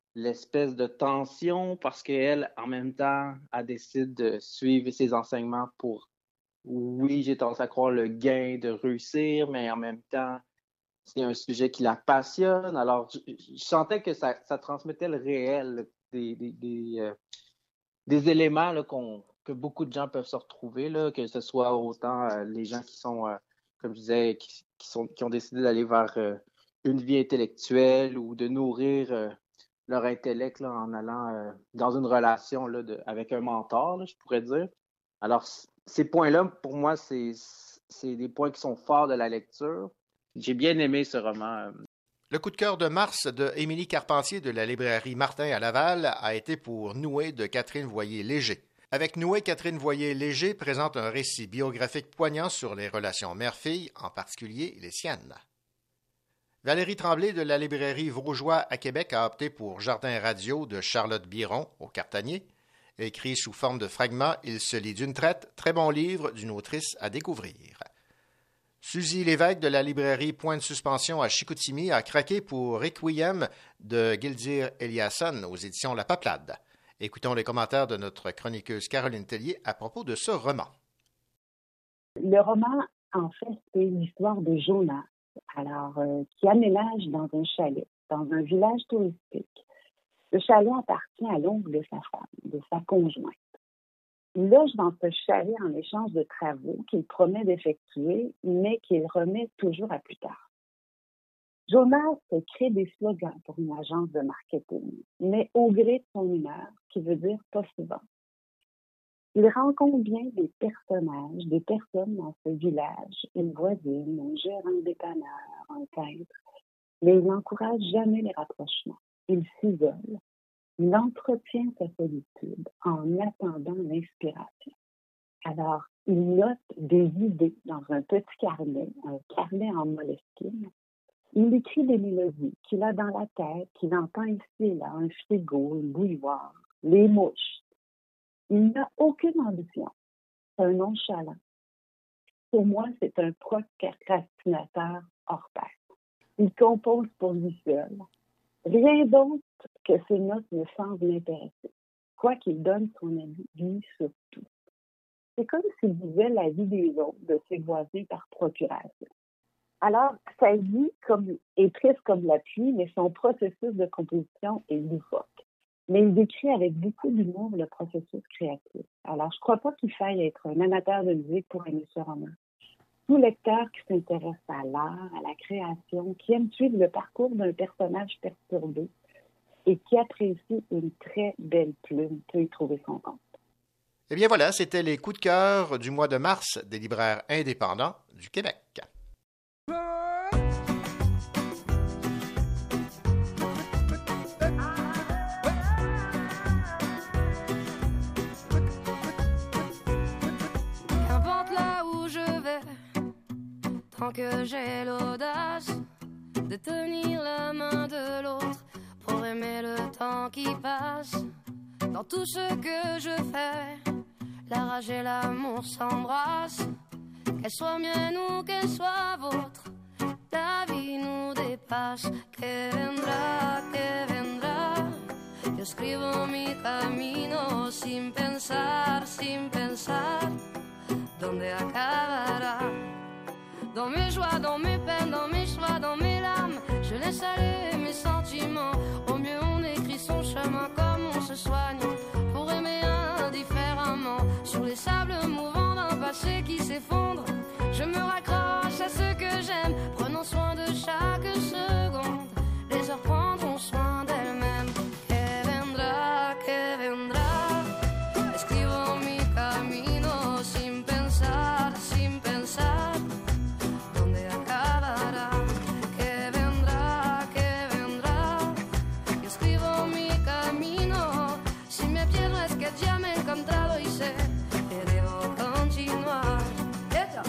l'espèce de tension parce qu'elle, en même temps, elle décide de suivre ses enseignements pour, oui, j'ai tendance à croire le gain de réussir, mais en même temps, c'est un sujet qui la passionne. Alors, je, je sentais que ça, ça transmettait le réel, des, des, des, euh, des éléments là, qu'on, que beaucoup de gens peuvent se retrouver, là, que ce soit autant euh, les gens qui sont, euh, comme je disais, qui, qui, sont, qui ont décidé d'aller vers euh, une vie intellectuelle ou de nourrir euh, leur intellect là, en allant euh, dans une relation là, de, avec un mentor, là, je pourrais dire. Alors, c- ces points-là, pour moi, c'est, c'est des points qui sont forts de la lecture. J'ai bien aimé ce roman. Le coup de cœur de mars de Émilie Carpentier de la librairie Martin à Laval a été pour Noué de Catherine Voyer-Léger. Avec Noué, Catherine Voyer-Léger présente un récit biographique poignant sur les relations mère-fille, en particulier les siennes. Valérie Tremblay de la librairie Vaugeois à Québec a opté pour Jardin radio de Charlotte Biron au Cartanier. Écrit sous forme de fragments, il se lit d'une traite. Très bon livre d'une autrice à découvrir. Suzy Lévesque de la librairie Point de suspension à Chicoutimi a craqué pour Requiem de Gildir Eliasson aux éditions La Peuplade. Écoutons les commentaires de notre chroniqueuse Caroline Tellier à propos de ce roman. Le roman, en fait, c'est l'histoire de Jonas, alors euh, qui aménage dans un chalet, dans un village touristique. Le chalet appartient à l'oncle de sa femme, de sa conjointe. Il loge dans ce chalet en échange de travaux qu'il promet d'effectuer, mais qu'il remet toujours à plus tard. Jonas crée des slogans pour une agence de marketing, mais au gré de son humeur, qui veut dire pas souvent. Il rencontre bien des personnages, des personnes dans ce village, une voisine, un gérant dépanneur, un peintre, mais il n'encourage jamais les rapprochements. Il s'isole. Il entretient sa solitude en attendant l'inspiration. Alors, il note des idées dans un petit carnet, un carnet en moleskine. Il écrit des mélodies qu'il a dans la tête, qu'il entend ici et là, un frigo, une bouilloire, les mouches. Il n'a aucune ambition. C'est un nonchalant. Pour moi, c'est un procrastinateur hors pair. Il compose pour lui seul. Rien d'autre que ses notes ne semblent l'intéresser, quoiqu'il donne son avis sur tout. C'est comme s'il vivait la vie des autres, de ses voisins par procuration. Alors, sa vie comme, est triste comme la pluie, mais son processus de composition est loufoque. Mais il décrit avec beaucoup d'humour le processus créatif. Alors, je ne crois pas qu'il faille être un amateur de musique pour aimer ce roman. Tout lecteur qui s'intéresse à l'art, à la création, qui aime suivre le parcours d'un personnage perturbé et qui apprécie une très belle plume peut y trouver son compte. Eh bien voilà, c'était les coups de cœur du mois de mars des libraires indépendants du Québec. Qu'importe là où je vais, tant que j'ai l'audace de tenir la main de l'autre pour aimer le temps qui passe. Dans tout ce que je fais, la rage et l'amour s'embrassent. Qu'elle soit mienne ou qu'elle soit vôtre, la vie nous dépasse. Que vendrá, que vendrá. Yo escribo mi camino sin pensar, sin pensar dónde acabará. Dans mes joies, dans mes peines, dans mes choix, dans mes larmes, je laisse aller mes sentiments. Au mieux on écrit son chemin comme on se soigne pour aimer indifféremment. Sur les sables mouvants d'un passé qui s'effondre, je me raccroche à ce que j'aime, prenant soin de chaque seconde. Les heures prendront soin d'elles-mêmes. Que vendrá, que vendrá. Escribo mi camino sin pensar, sin pensar dónde acabará. Que vendrá, que vendrá. Yo escribo mi camino. Si me pierdo es que ya me he encontrado y sé que debo continuar. Ella.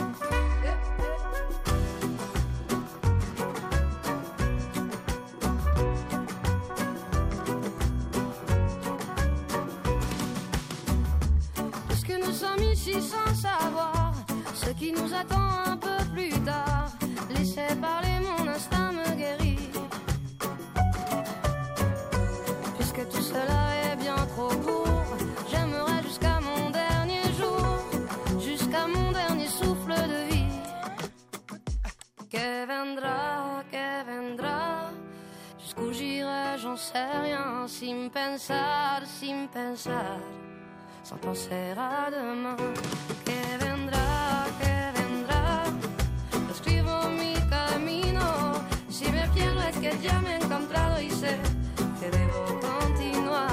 Puisque nous sommes ici sans savoir ce qui nous attend un peu plus tard, laissez parler, mon instinct me guérit. sin pensar, sin pensar, sans penser à demain. Que vendrá, que vendrá, escribo mi camino. Si me pierdo es que ya me he encontrado y sé que debo continuar.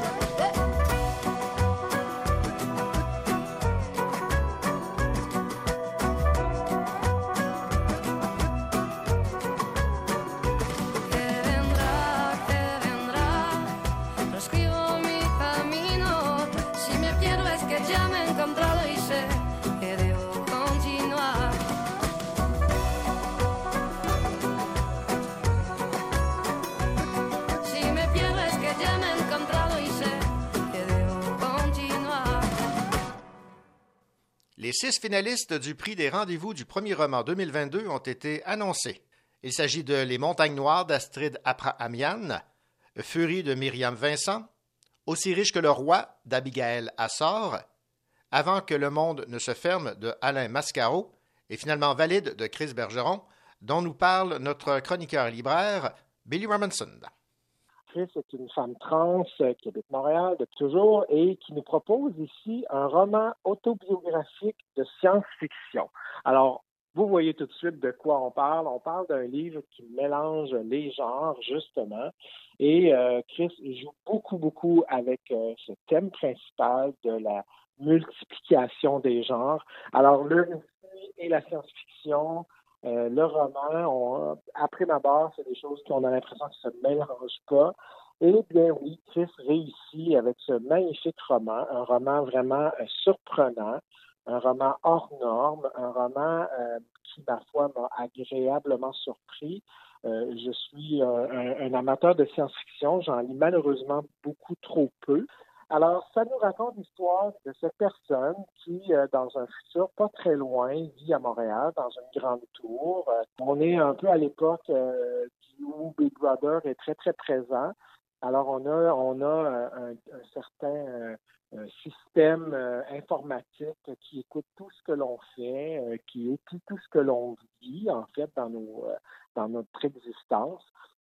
Les six finalistes du prix des rendez-vous du premier roman deux mille vingt-deux ont été annoncés. Il s'agit de Les Montagnes Noires d'Astrid Abrahamian, Furie de Myriam Vincent, Aussi riche que le roi d'Abigail Assor, Avant que le monde ne se ferme de Alain Mascaro et finalement Valide de Chris Bergeron, dont nous parle notre chroniqueur libraire Billy Robinson. Chris est une femme trans qui habite Montréal depuis toujours et qui nous propose ici un roman autobiographique de science-fiction. Alors, vous voyez tout de suite de quoi on parle. On parle d'un livre qui mélange les genres, justement. Et euh, Chris joue beaucoup, beaucoup avec euh, ce thème principal de la multiplication des genres. Alors, le récit et la science-fiction, Euh, le roman, on, après ma barre, c'est des choses qu'on a l'impression que ça ne se mélange pas. Et bien oui, Chris réussit avec ce magnifique roman, un roman vraiment euh, surprenant, un roman hors norme, un roman euh, qui, ma foi, m'a agréablement surpris. Euh, je suis un, un, un amateur de science-fiction, j'en lis malheureusement beaucoup trop peu. Alors, ça nous raconte l'histoire de cette personne qui, euh, dans un futur pas très loin, vit à Montréal, dans une grande tour. Euh, on est un peu à l'époque euh, où Big Brother est très, très présent. Alors, on a, on a un, un certain euh, un système euh, informatique qui écoute tout ce que l'on fait, euh, qui écoute tout ce que l'on vit, en fait, dans, nos, euh, dans notre existence.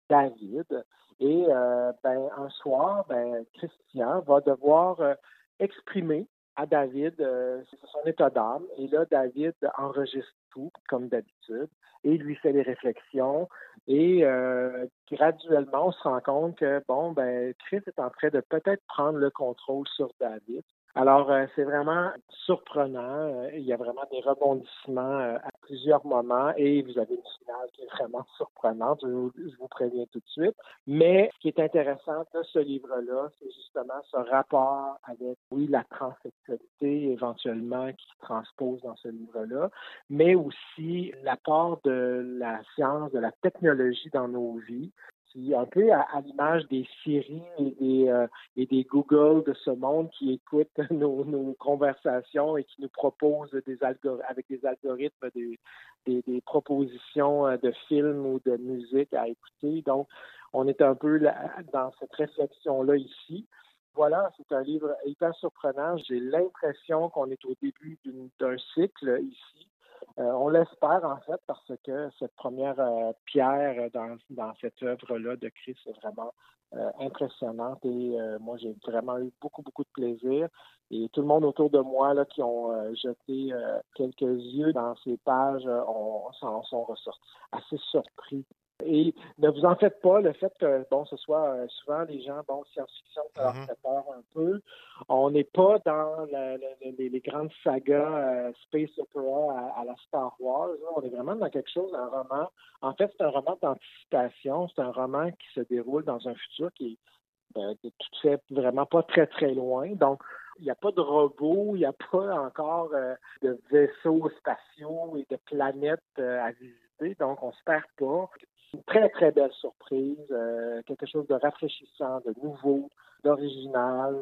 David. Et euh, ben, un soir, ben, Christian va devoir euh, exprimer à David euh, son état d'âme. Et là, David enregistre tout, comme d'habitude, et lui fait des réflexions. Et euh, graduellement, on se rend compte que, bon, ben, Chris est en train de peut-être prendre le contrôle sur David. Alors, euh, c'est vraiment surprenant. Euh, il y a vraiment des rebondissements euh, à plusieurs moments et vous avez une finale qui est vraiment surprenante, je vous, je vous préviens tout de suite. Mais ce qui est intéressant de ce livre-là, c'est justement ce rapport avec, oui, la transsexualité éventuellement qui se transpose dans ce livre-là, mais aussi l'apport de la science, de la technologie dans nos vies. Qui, un peu à, à l'image des Siri et des, euh, et des Google de ce monde qui écoutent nos, nos conversations et qui nous proposent des algor- avec des algorithmes des, des, des propositions de films ou de musique à écouter. Donc, on est un peu là, dans cette réflexion-là ici. Voilà, c'est un livre hyper surprenant. J'ai l'impression qu'on est au début d'une, d'un cycle ici. Euh, on l'espère, en fait, parce que cette première euh, pierre dans, dans cette œuvre-là de Chris est vraiment euh, impressionnante et euh, moi, j'ai vraiment eu beaucoup, beaucoup de plaisir. Et tout le monde autour de moi là, qui ont euh, jeté euh, quelques yeux dans ces pages euh, on, s'en sont ressortis assez surpris. Et ne vous en faites pas, le fait que, bon, ce soit euh, souvent les gens, bon, science-fiction, ça leur fait peur un peu. On n'est pas dans la, la, les, les grandes sagas euh, Space Opera à, à la Star Wars. Là. On est vraiment dans quelque chose, un roman. En fait, c'est un roman d'anticipation. C'est un roman qui se déroule dans un futur qui est euh, tout fait vraiment pas très, très loin. Donc, il n'y a pas de robots, il n'y a pas encore euh, de vaisseaux spatiaux et de planètes euh, à visiter. Donc, on ne se perd pas. Une très, très belle surprise, euh, quelque chose de rafraîchissant, de nouveau, d'original.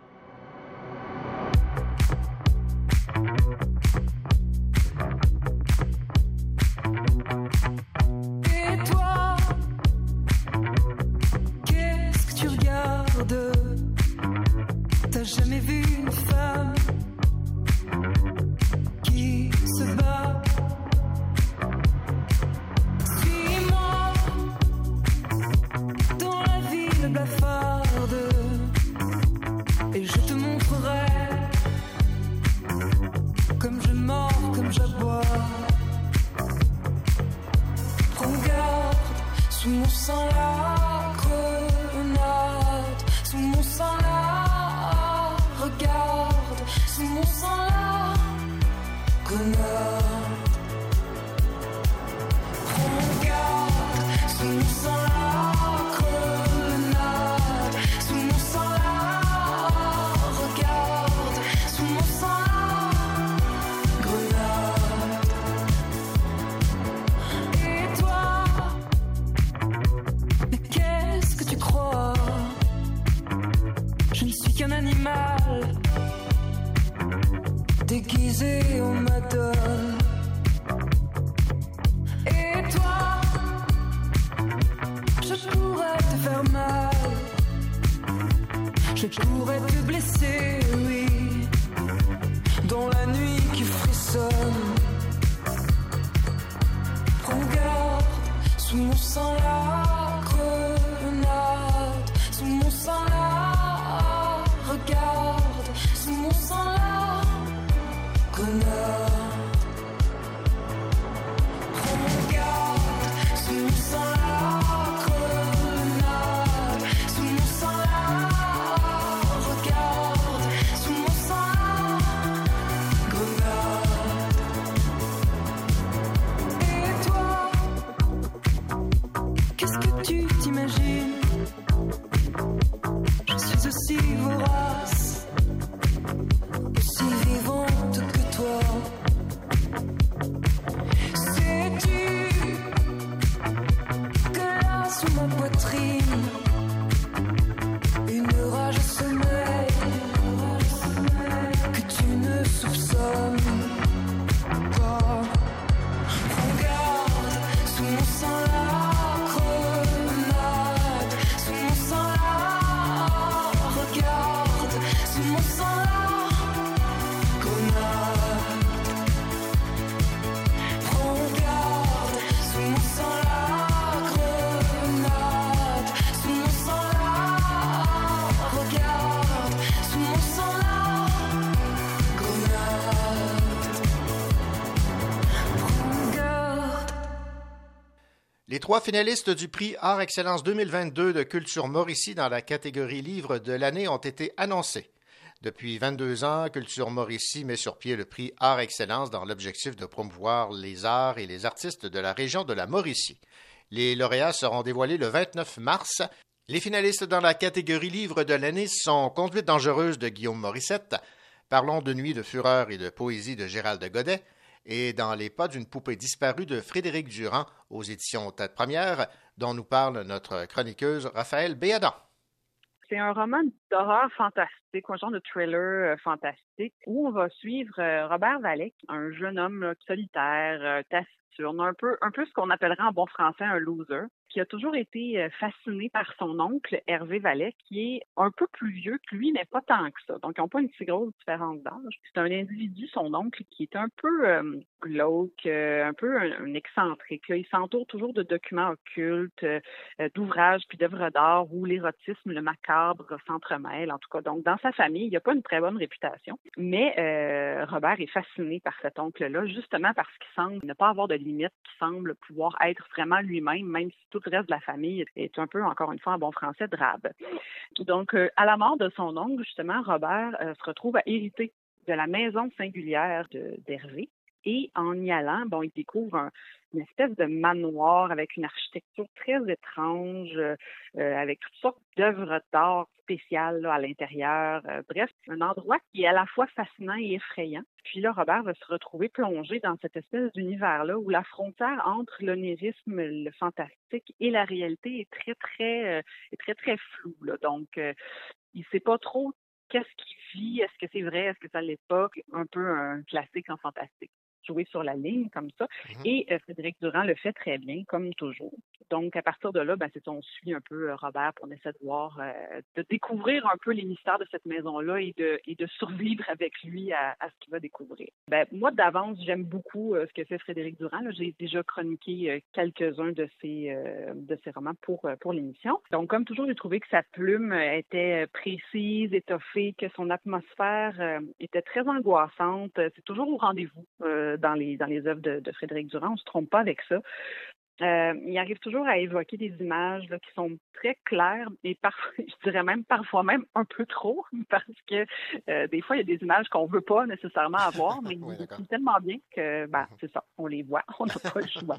Et toi, qu'est-ce que tu regardes? T'as jamais vu une femme qui se bat? Blafarde, comme j'aboie. Prends garde, sous mon sang la grenade, sous mon sang la regarde, sous mon sang la grenade. Prends garde, sous mon sang la grenade, sous mon sang la regarde, sous mon sang la grenade. Et toi, mais qu'est-ce que tu crois? Je ne suis qu'un animal déguisé en madone. Et toi, je pourrais te faire mal, je pourrais te blesser, oui, dans la nuit qui frissonne. Prends garde, sous mon sang la grenade, sous mon sang la regarde, sous mon sang la grenade. Prends garde, sous mon sang la grenade, sous mon sang la regarde, sous mon sang la grenade. Et toi, qu'est-ce que tu t'imagines? Je suis aussi vorace, aussi vivante que toi. Sais-tu que là sous ma poitrine, une rage sommeille que tu ne soupçonnes pas. Prends garde, sous mon sang la grenade, sous mon sang la regarde, sous mon sang la grenade. Prends garde, sous mon sang la grenade, sous mon sang la regarde, sous mon sang la grenade. Prends garde. Les trois finalistes du prix Art Excellence deux mille vingt-deux de Culture Mauricie dans la catégorie Livre de l'année ont été annoncés. Depuis vingt-deux ans, Culture Mauricie met sur pied le prix Art Excellence dans l'objectif de promouvoir les arts et les artistes de la région de la Mauricie. Les lauréats seront dévoilés le vingt-neuf mars. Les finalistes dans la catégorie Livre de l'année sont Conduite dangereuse de Guillaume Morissette, Parlons de nuit de fureur et de poésie de Gérald Godet, et Dans les pas d'une poupée disparue de Frédéric Durand aux éditions Tête Première, dont nous parle notre chroniqueuse Raphaël Béadan. C'est un roman d'horreur fantastique, un genre de thriller euh, fantastique, où on va suivre euh, Robert Vallet, un jeune homme là, solitaire, euh, taciturne, un peu, un peu ce qu'on appellerait en bon français un loser, qui a toujours été euh, fasciné par son oncle, Hervé Vallet, qui est un peu plus vieux que lui, mais pas tant que ça. Donc, ils n'ont pas une si grosse différence d'âge. C'est un individu, son oncle, qui est un peu euh, glauque, euh, un peu un, un excentrique. Là. Il s'entoure toujours de documents occultes, euh, d'ouvrages puis d'œuvres d'art où l'érotisme, le macabre s'entremêlent. En tout cas, donc, dans sa famille, il n'y a pas une très bonne réputation. Mais euh, Robert est fasciné par cet oncle-là, justement parce qu'il semble ne pas avoir de limites, qu'il semble pouvoir être vraiment lui-même, même si tout le reste de la famille est un peu, encore une fois, en bon français, drabe. Donc, euh, à la mort de son oncle, justement, Robert euh, se retrouve à hériter de la maison singulière de, d'Hervé. Et en y allant, bon, il découvre un, une espèce de manoir avec une architecture très étrange, euh, avec toutes sortes d'œuvres d'art spéciales là, à l'intérieur. Euh, bref, un endroit qui est à la fois fascinant et effrayant. Puis là, Robert va se retrouver plongé dans cette espèce d'univers-là où la frontière entre l'onirisme, le fantastique et la réalité est très, très, euh, est très, très floue. Là. Donc, euh, il ne sait pas trop qu'est-ce qu'il vit, est-ce que c'est vrai, est-ce que ça l'est pas, un peu un classique en fantastique. Jouer sur la ligne comme ça. Mm-hmm. Et euh, Frédéric Durand le fait très bien, comme toujours. Donc, à partir de là, ben, c'est ça, on suit un peu Robert pour essayer de voir, euh, de découvrir un peu les mystères de cette maison-là et de, et de survivre avec lui à, à ce qu'il va découvrir. Ben, moi, d'avance, j'aime beaucoup euh, ce que fait Frédéric Durand. Là, j'ai déjà chroniqué euh, quelques-uns de ses, euh, de ses romans pour, euh, pour l'émission. Donc, comme toujours, j'ai trouvé que sa plume était précise, étoffée, que son atmosphère euh, était très angoissante. C'est toujours au rendez-vous euh, dans les, dans les œuvres de, de Frédéric Durand. On ne se trompe pas avec ça. Euh, il arrive toujours à évoquer des images là, qui sont très claires et parfois, je dirais même parfois même un peu trop, parce que euh, des fois, il y a des images qu'on ne veut pas nécessairement avoir, mais oui, ils sont tellement bien que, ben, c'est ça, on les voit, on n'a pas le choix.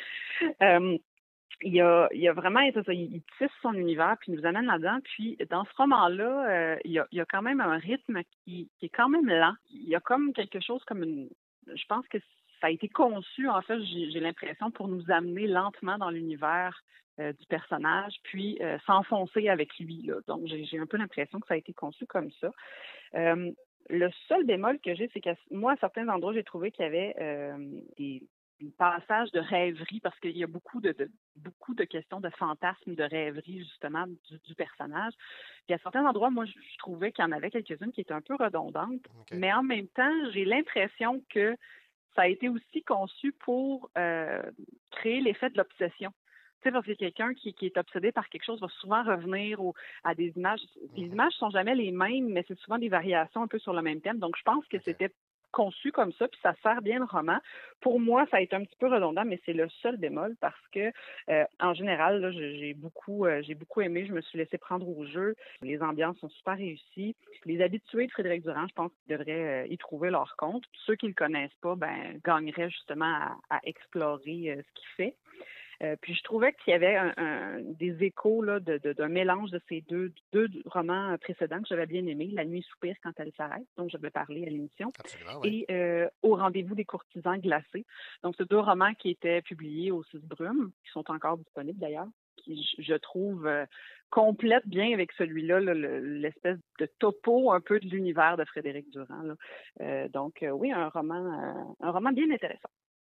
Euh, il, y a, il y a vraiment, c'est ça, il, il tisse son univers, puis il nous amène là-dedans. Puis, dans ce roman-là, euh, il, y a, il y a quand même un rythme qui, qui est quand même lent. Il y a comme quelque chose comme une... Je pense que ça a été conçu, en fait, j'ai, j'ai l'impression, pour nous amener lentement dans l'univers euh, du personnage, puis euh, s'enfoncer avec lui, là. Donc, j'ai, j'ai un peu l'impression que ça a été conçu comme ça. Euh, le seul bémol que j'ai, c'est que moi, à certains endroits, j'ai trouvé qu'il y avait euh, des, des passages de rêverie, parce qu'il y a beaucoup de, de, beaucoup de questions de fantasmes, de rêverie, justement, du, du personnage. Puis à certains endroits, moi, je, je trouvais qu'il y en avait quelques-unes qui étaient un peu redondantes, okay. Mais en même temps, j'ai l'impression que ça a été aussi conçu pour euh, créer l'effet de l'obsession. Tu sais, parce que quelqu'un qui, qui est obsédé par quelque chose va souvent revenir au, à des images. Les images ne sont jamais les mêmes, mais c'est souvent des variations un peu sur le même thème. Donc, je pense que c'était conçu comme ça, puis ça sert bien le roman. Pour moi, ça a été un petit peu redondant, mais c'est le seul bémol parce que, euh, en général, là, j'ai beaucoup, euh, j'ai beaucoup aimé. Je me suis laissée prendre au jeu. Les ambiances sont super réussies. Les habitués de Frédéric Durand, je pense qu'ils devraient euh, y trouver leur compte. Ceux qui le connaissent pas, ben, gagneraient justement à, à explorer euh, ce qu'il fait. Euh, puis je trouvais qu'il y avait un, un, des échos là, de, de, d'un mélange de ces deux, deux romans précédents que j'avais bien aimés, La nuit soupire quand elle s'arrête, dont j'avais parlé à l'émission, oui. Et euh, Au rendez-vous des courtisans glacés. Donc, c'est deux romans qui étaient publiés au Six Brumes, qui sont encore disponibles d'ailleurs, qui, je trouve, euh, complètent bien avec celui-là, là, le, l'espèce de topo un peu de l'univers de Frédéric Durand. Là. Euh, donc, euh, oui, un roman, euh, un roman bien intéressant.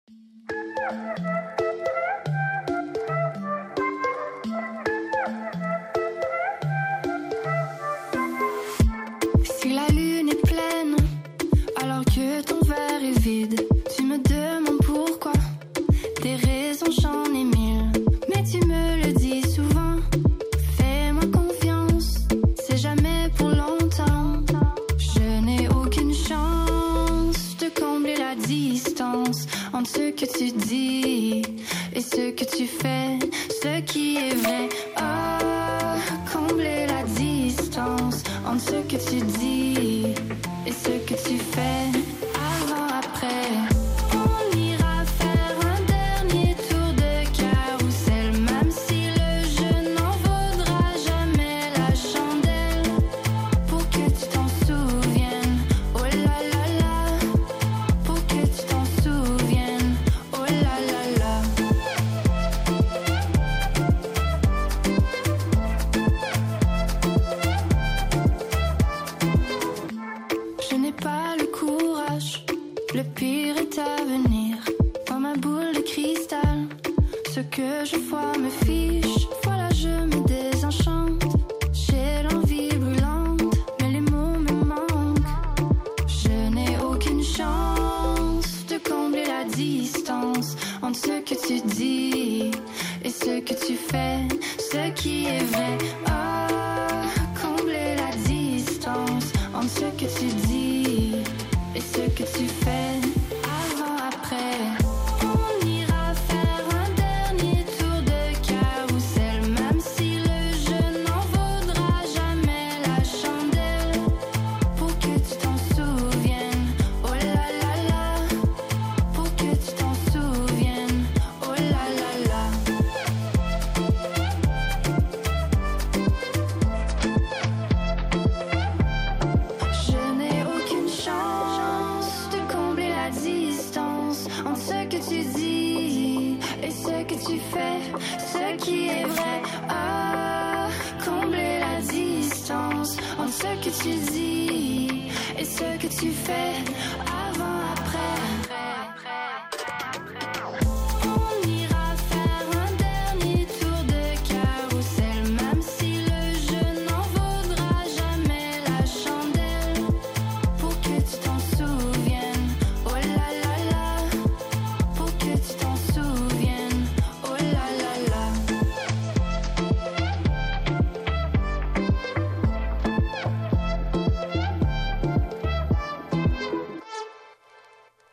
Si la lune est pleine, alors que ton verre est vide, tu me demandes pourquoi. Des raisons, j'en ai mille, mais tu me le dis souvent. Fais-moi confiance, c'est jamais pour longtemps. Je n'ai aucune chance de combler la distance entre ce que tu dis et ce que tu fais, ce qui est vrai. Oh, combler la distance entre ce que tu dis et ce que tu fais, avant, après. On ira faire un dernier tour de carrousel, même si le jeu n'en vaudra jamais la chandelle, pour que tu t'en souviennes. Oh là là là, pour que tu t'en souviennes. Oh là là là. Je n'ai pas le courage, le pire est à venir. Dans ma boule de cristal, ce que je vois me fiche. Voilà, je me désenchante. J'ai l'envie brûlante, mais les mots me manquent. Je n'ai aucune chance de combler la distance entre ce que tu dis et ce que tu fais, ce qui est vrai. Oh, combler la distance entre ce que tu dis et ce que tu fais, avant, après. On ira faire un dernier tour de carrousel, même si le jeu n'en vaudra jamais la chandelle, pour que tu t'en souviennes. Oh là là là, pour que tu t'en souviennes. Oh là là là. Je n'ai aucune chance de combler la distance entre ce que tu dis et ce que tu fais, ce qui est vrai. Ah, combler la distance entre ce que tu dis et ce que tu fais, avant, après. On ira faire un dernier tour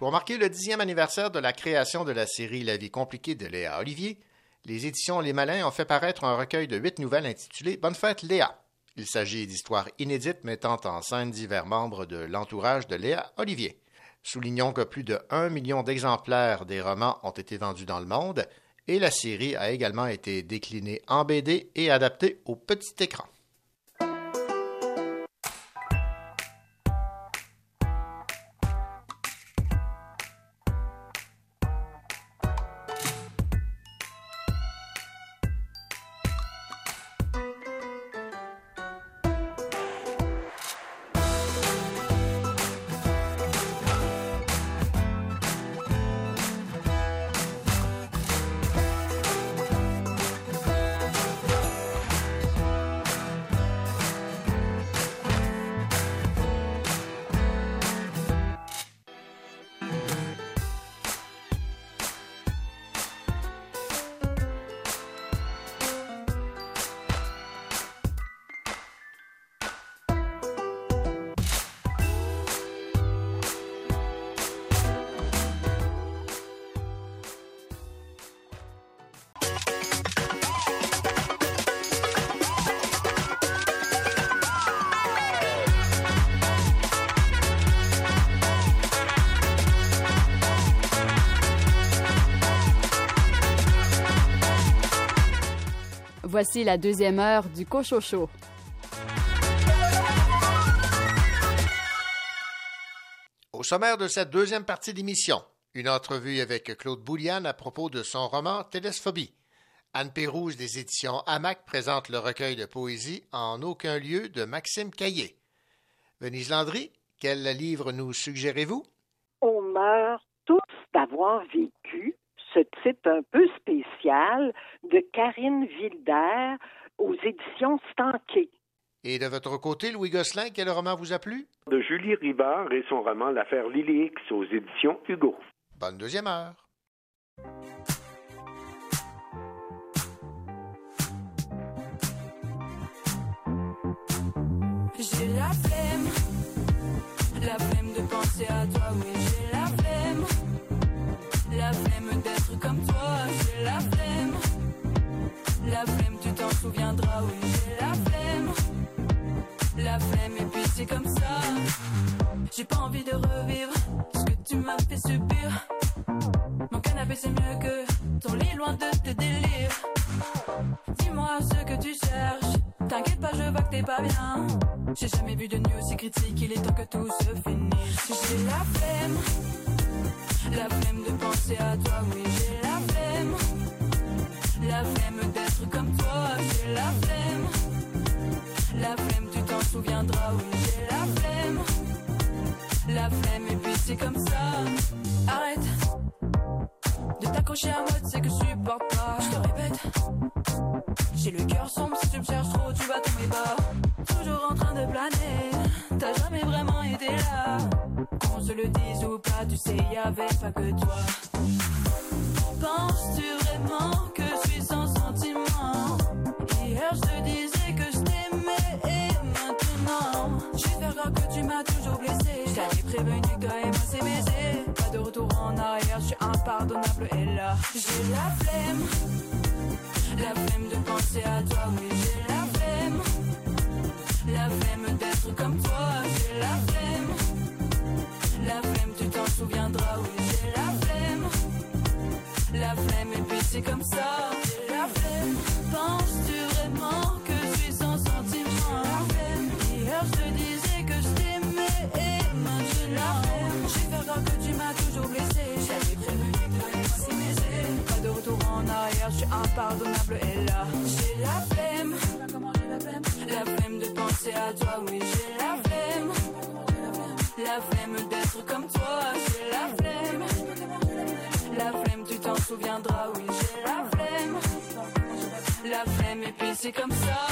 Pour marquer le dixième anniversaire de la création de la série La vie compliquée de Léa Olivier, les éditions Les Malins ont fait paraître un recueil de huit nouvelles intitulé « Bonne fête Léa ». Il s'agit d'histoires inédites mettant en scène divers membres de l'entourage de Léa Olivier. Soulignons que plus de un million d'exemplaires des romans ont été vendus dans le monde et la série a également été déclinée en B D et adaptée au petit écran. Voici la deuxième heure du Cochocho. Au sommaire de cette deuxième partie d'émission, une entrevue avec Claude Bouliane à propos de son roman Télesphobie. Anne Pérouse des éditions Hamac présente le recueil de poésie En aucun lieu de Maxime Caillé. Venise Landry, quel livre nous suggérez-vous? On meurt tous d'avoir vécu ce titre un peu spécial de Karine Wilder aux éditions Stanquet. Et de votre côté, Louis Gosselin, quel roman vous a plu? De Julie Rivard et son roman L'affaire Lily X aux éditions Hugo. Bonne deuxième heure. J'ai la flemme, la flemme de penser à toi, oui j'ai la flemme, la flemme d'être comme toi, j'ai la flemme, la flemme tu t'en souviendras, oui j'ai la flemme, la flemme et puis c'est comme ça, j'ai pas envie de revivre ce que tu m'as fait subir, mon canapé c'est mieux que ton lit loin de tes délires, dis-moi ce que tu cherches. T'inquiète pas, je vois que t'es pas bien. J'ai jamais vu de nuit aussi critique, il est temps que tout se finisse. J'ai la flemme, la flemme de penser à toi, oui j'ai la flemme, la flemme d'être comme toi, j'ai la flemme, la flemme tu t'en souviendras, oui j'ai la flemme, la flemme et puis c'est comme ça. Arrête de t'accrocher à moi, tu sais que je supporte pas. Je te répète, j'ai le cœur sombre, si tu me cherches trop, tu vas tomber bas. Toujours en train de planer, t'as jamais vraiment été là. Qu'on se le dise ou pas, tu sais, y'avait pas que toi. Penses-tu vraiment que je suis sans sentiment? Hier je te disais que je t'aimais et maintenant je vais faire croire que tu m'as toujours blessé. Je t'avais prévenu que toi et moi c'est baiser. Pas de retour en arrière, je suis impardonnable et là j'ai la flemme, la flemme de penser à toi, oui j'ai la flemme, la flemme d'être comme toi, j'ai la flemme, la flemme tu t'en souviendras, oui j'ai la flemme, la flemme et puis c'est comme ça, j'ai la flemme. Penses-tu vraiment que je suis sans sentiment? La flemme. Hier je te disais que je t'aimais et maintenant je vais faire croire que tu m'as toujours blessé. J'avais prévenu que toi et moi c'est baiser. Pas de retour en arrière, je suis impardonnable et là j'ai la flemme, la flemme de penser à toi, oui j'ai la flemme, la flemme d'être comme toi, j'ai la flemme, la flemme tu t'en souviendras, oui j'ai la flemme, la flemme et puis c'est comme ça.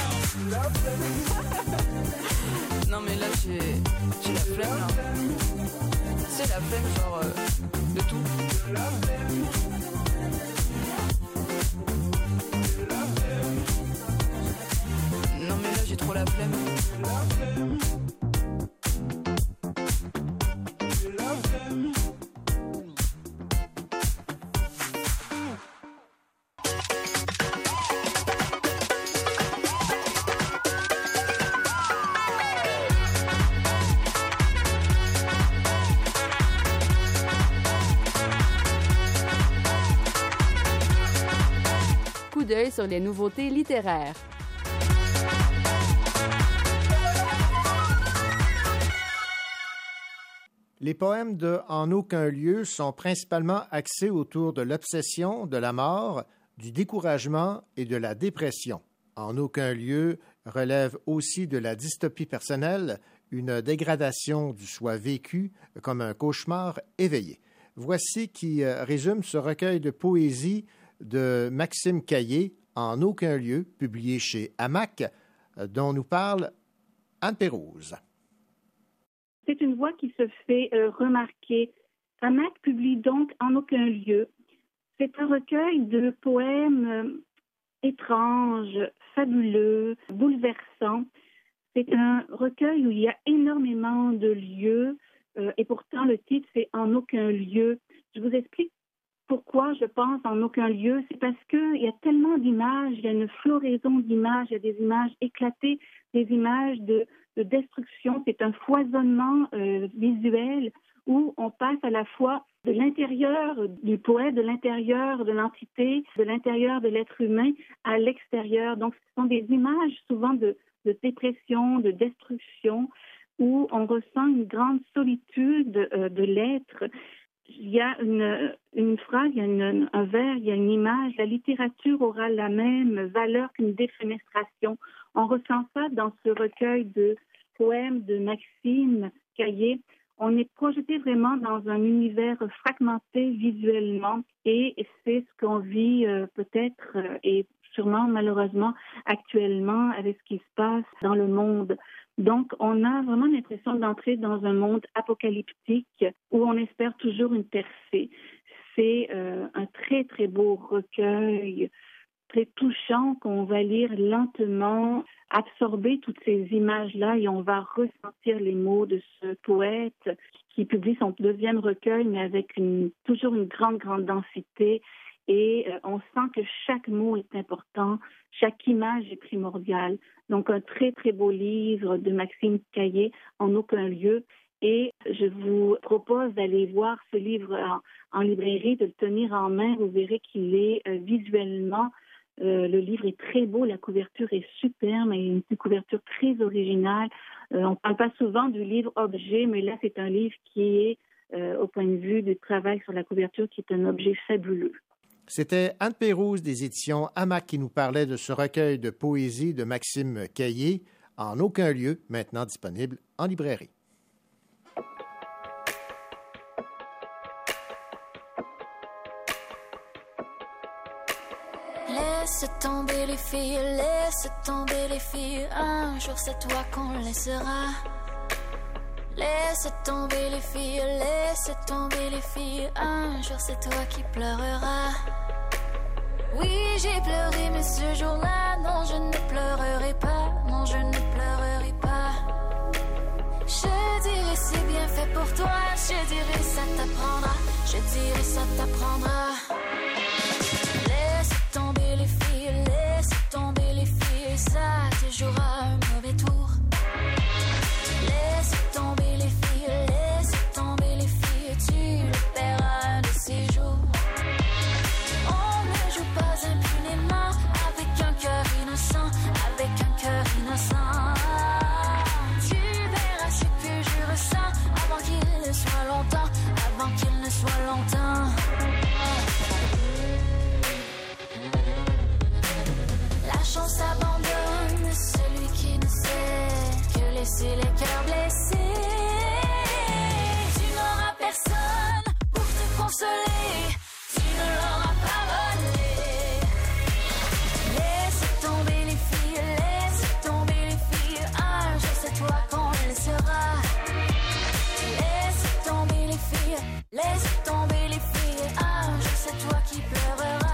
Non mais là j'ai j'ai la flemme là. C'est la flemme genre euh, de tout. Non mais là j'ai trop la flemme. d'œil sur les nouveautés littéraires. Les poèmes de En aucun lieu sont principalement axés autour de l'obsession, de la mort, du découragement et de la dépression. En aucun lieu relève aussi de la dystopie personnelle, une dégradation du soi vécu comme un cauchemar éveillé. Voici qui résume ce recueil de poésie de Maxime Caillé, En aucun lieu, publié chez Hamac, dont nous parle Anne Pérouse. C'est une voix qui se fait euh, remarquer. Hamac publie donc En aucun lieu. C'est un recueil de poèmes euh, étranges, fabuleux, bouleversants. C'est un recueil où il y a énormément de lieux euh, et pourtant le titre c'est En aucun lieu. Je vous explique pourquoi je pense En aucun lieu. C'est parce qu'il y a tellement d'images, il y a une floraison d'images, il y a des images éclatées, des images de, de destruction. C'est un foisonnement euh, visuel où on passe à la fois de l'intérieur du poète, de l'intérieur de l'entité, de l'intérieur de l'être humain à l'extérieur. Donc, ce sont des images souvent de, de dépression, de destruction, où on ressent une grande solitude euh, de l'être. Il y a une, une phrase, il y a une, un vers, il y a une image. La littérature aura la même valeur qu'une défenestration. On ressent ça dans ce recueil de poèmes de Maxime Caillé. On est projeté vraiment dans un univers fragmenté visuellement et c'est ce qu'on vit euh, peut-être euh, et sûrement malheureusement actuellement avec ce qui se passe dans le monde. Donc, on a vraiment l'impression d'entrer dans un monde apocalyptique où on espère toujours une percée. C'est euh, un très, très beau recueil, très touchant qu'on va lire lentement, absorber toutes ces images-là et on va ressentir les mots de ce poète qui publie son deuxième recueil, mais avec une, toujours une grande, grande densité. Et euh, on sent que chaque mot est important, chaque image est primordiale. Donc, un très, très beau livre de Maxime Caillé, En aucun lieu. Et je vous propose d'aller voir ce livre en, en librairie, de le tenir en main. Vous verrez qu'il est euh, visuellement, euh, le livre est très beau, la couverture est superbe, et une, une couverture très originale. Euh, on ne parle pas souvent du livre objet, mais là, c'est un livre qui est, euh, au point de vue du travail sur la couverture, qui est un objet fabuleux. C'était Anne Pérouse des éditions Hamac qui nous parlait de ce recueil de poésie de Maxime Caillé, En aucun lieu, maintenant disponible en librairie. Laisse tomber les filles, laisse tomber les filles, un jour c'est toi qu'on laissera. Laisse tomber les filles, laisse tomber les filles, un jour c'est toi qui pleureras. Oui, j'ai pleuré, mais ce jour-là, non, je ne pleurerai pas, non, je ne pleurerai pas. Je dirais c'est bien fait pour toi, je dirais ça t'apprendra, je dirais ça t'apprendra. Laisse tomber les filles, laisse tomber les filles, ça te jouera un mauvais tour. Laisse tomber les filles, laisse tomber les filles, tu le paieras un de ces jours. On ne joue pas impunément avec un cœur innocent, avec un cœur innocent. Tu verras ce que je ressens avant qu'il ne soit longtemps, avant qu'il ne soit longtemps. La chance abandonne celui qui ne sait que laisser les cœurs blessés. Tu n'auras personne pour te consoler, tu ne l'auras pas volé. Laisse tomber les filles, laisse tomber les filles, un jour c'est toi qu'on laissera. Laisse tomber les filles, laisse tomber les filles, un jour c'est toi qui pleureras.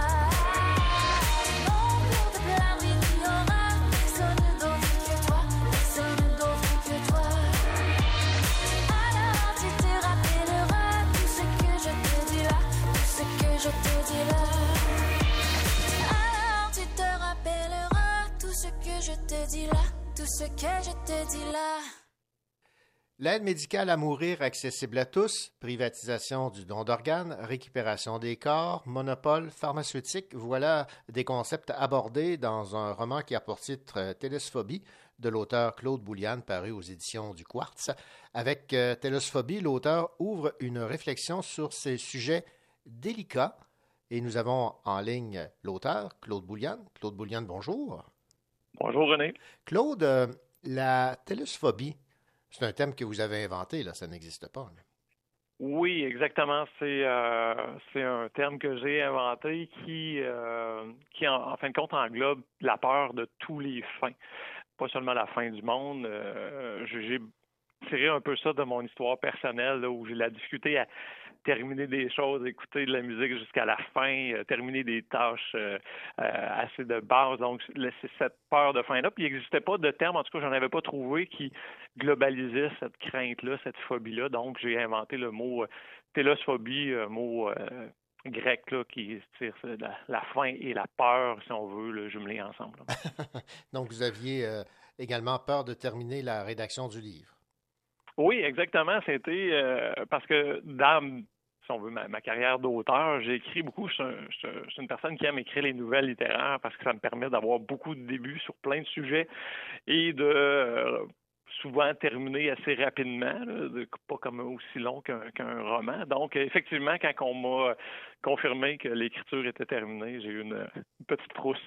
Je te dis là, tout ce que je te dis là. L'aide médicale à mourir accessible à tous, privatisation du don d'organes, récupération des corps, monopole pharmaceutique, voilà des concepts abordés dans un roman qui a pour titre Télésphobie de l'auteur Claude Bouliane, paru aux éditions du Quartz. Avec euh, Télésphobie, l'auteur ouvre une réflexion sur ces sujets délicats et nous avons en ligne l'auteur, Claude Bouliane. Claude Bouliane, bonjour. Bonjour René. Claude, euh, la télésphobie, c'est un thème que vous avez inventé, là, ça n'existe pas. Là. Oui, exactement. C'est euh, c'est un terme que j'ai inventé qui, euh, qui en, en fin de compte, englobe la peur de tous les fins. Pas seulement la fin du monde. Euh, j'ai tiré un peu ça de mon histoire personnelle, là, où j'ai la difficulté à terminer des choses, écouter de la musique jusqu'à la fin, euh, terminer des tâches euh, euh, assez de base. Donc, c'est cette peur de fin-là. Puis, il n'existait pas de terme, en tout cas, j'en avais pas trouvé qui globalisait cette crainte-là, cette phobie-là. Donc, j'ai inventé le mot euh, télésphobie, un mot euh, grec là, qui tire la, la faim et la peur, si on veut, le jumeler ensemble. Donc, vous aviez euh, également peur de terminer la rédaction du livre. Oui, exactement. C'était euh, parce que dans, si on veut, ma, ma carrière d'auteur, j'ai écrit beaucoup. Je, je, je suis une personne qui aime écrire les nouvelles littéraires parce que ça me permet d'avoir beaucoup de débuts sur plein de sujets et de euh, souvent terminer assez rapidement, là, de, pas comme aussi long qu'un qu'un roman. Donc, effectivement, quand on m'a confirmé que l'écriture était terminée, j'ai eu une, une petite frousse.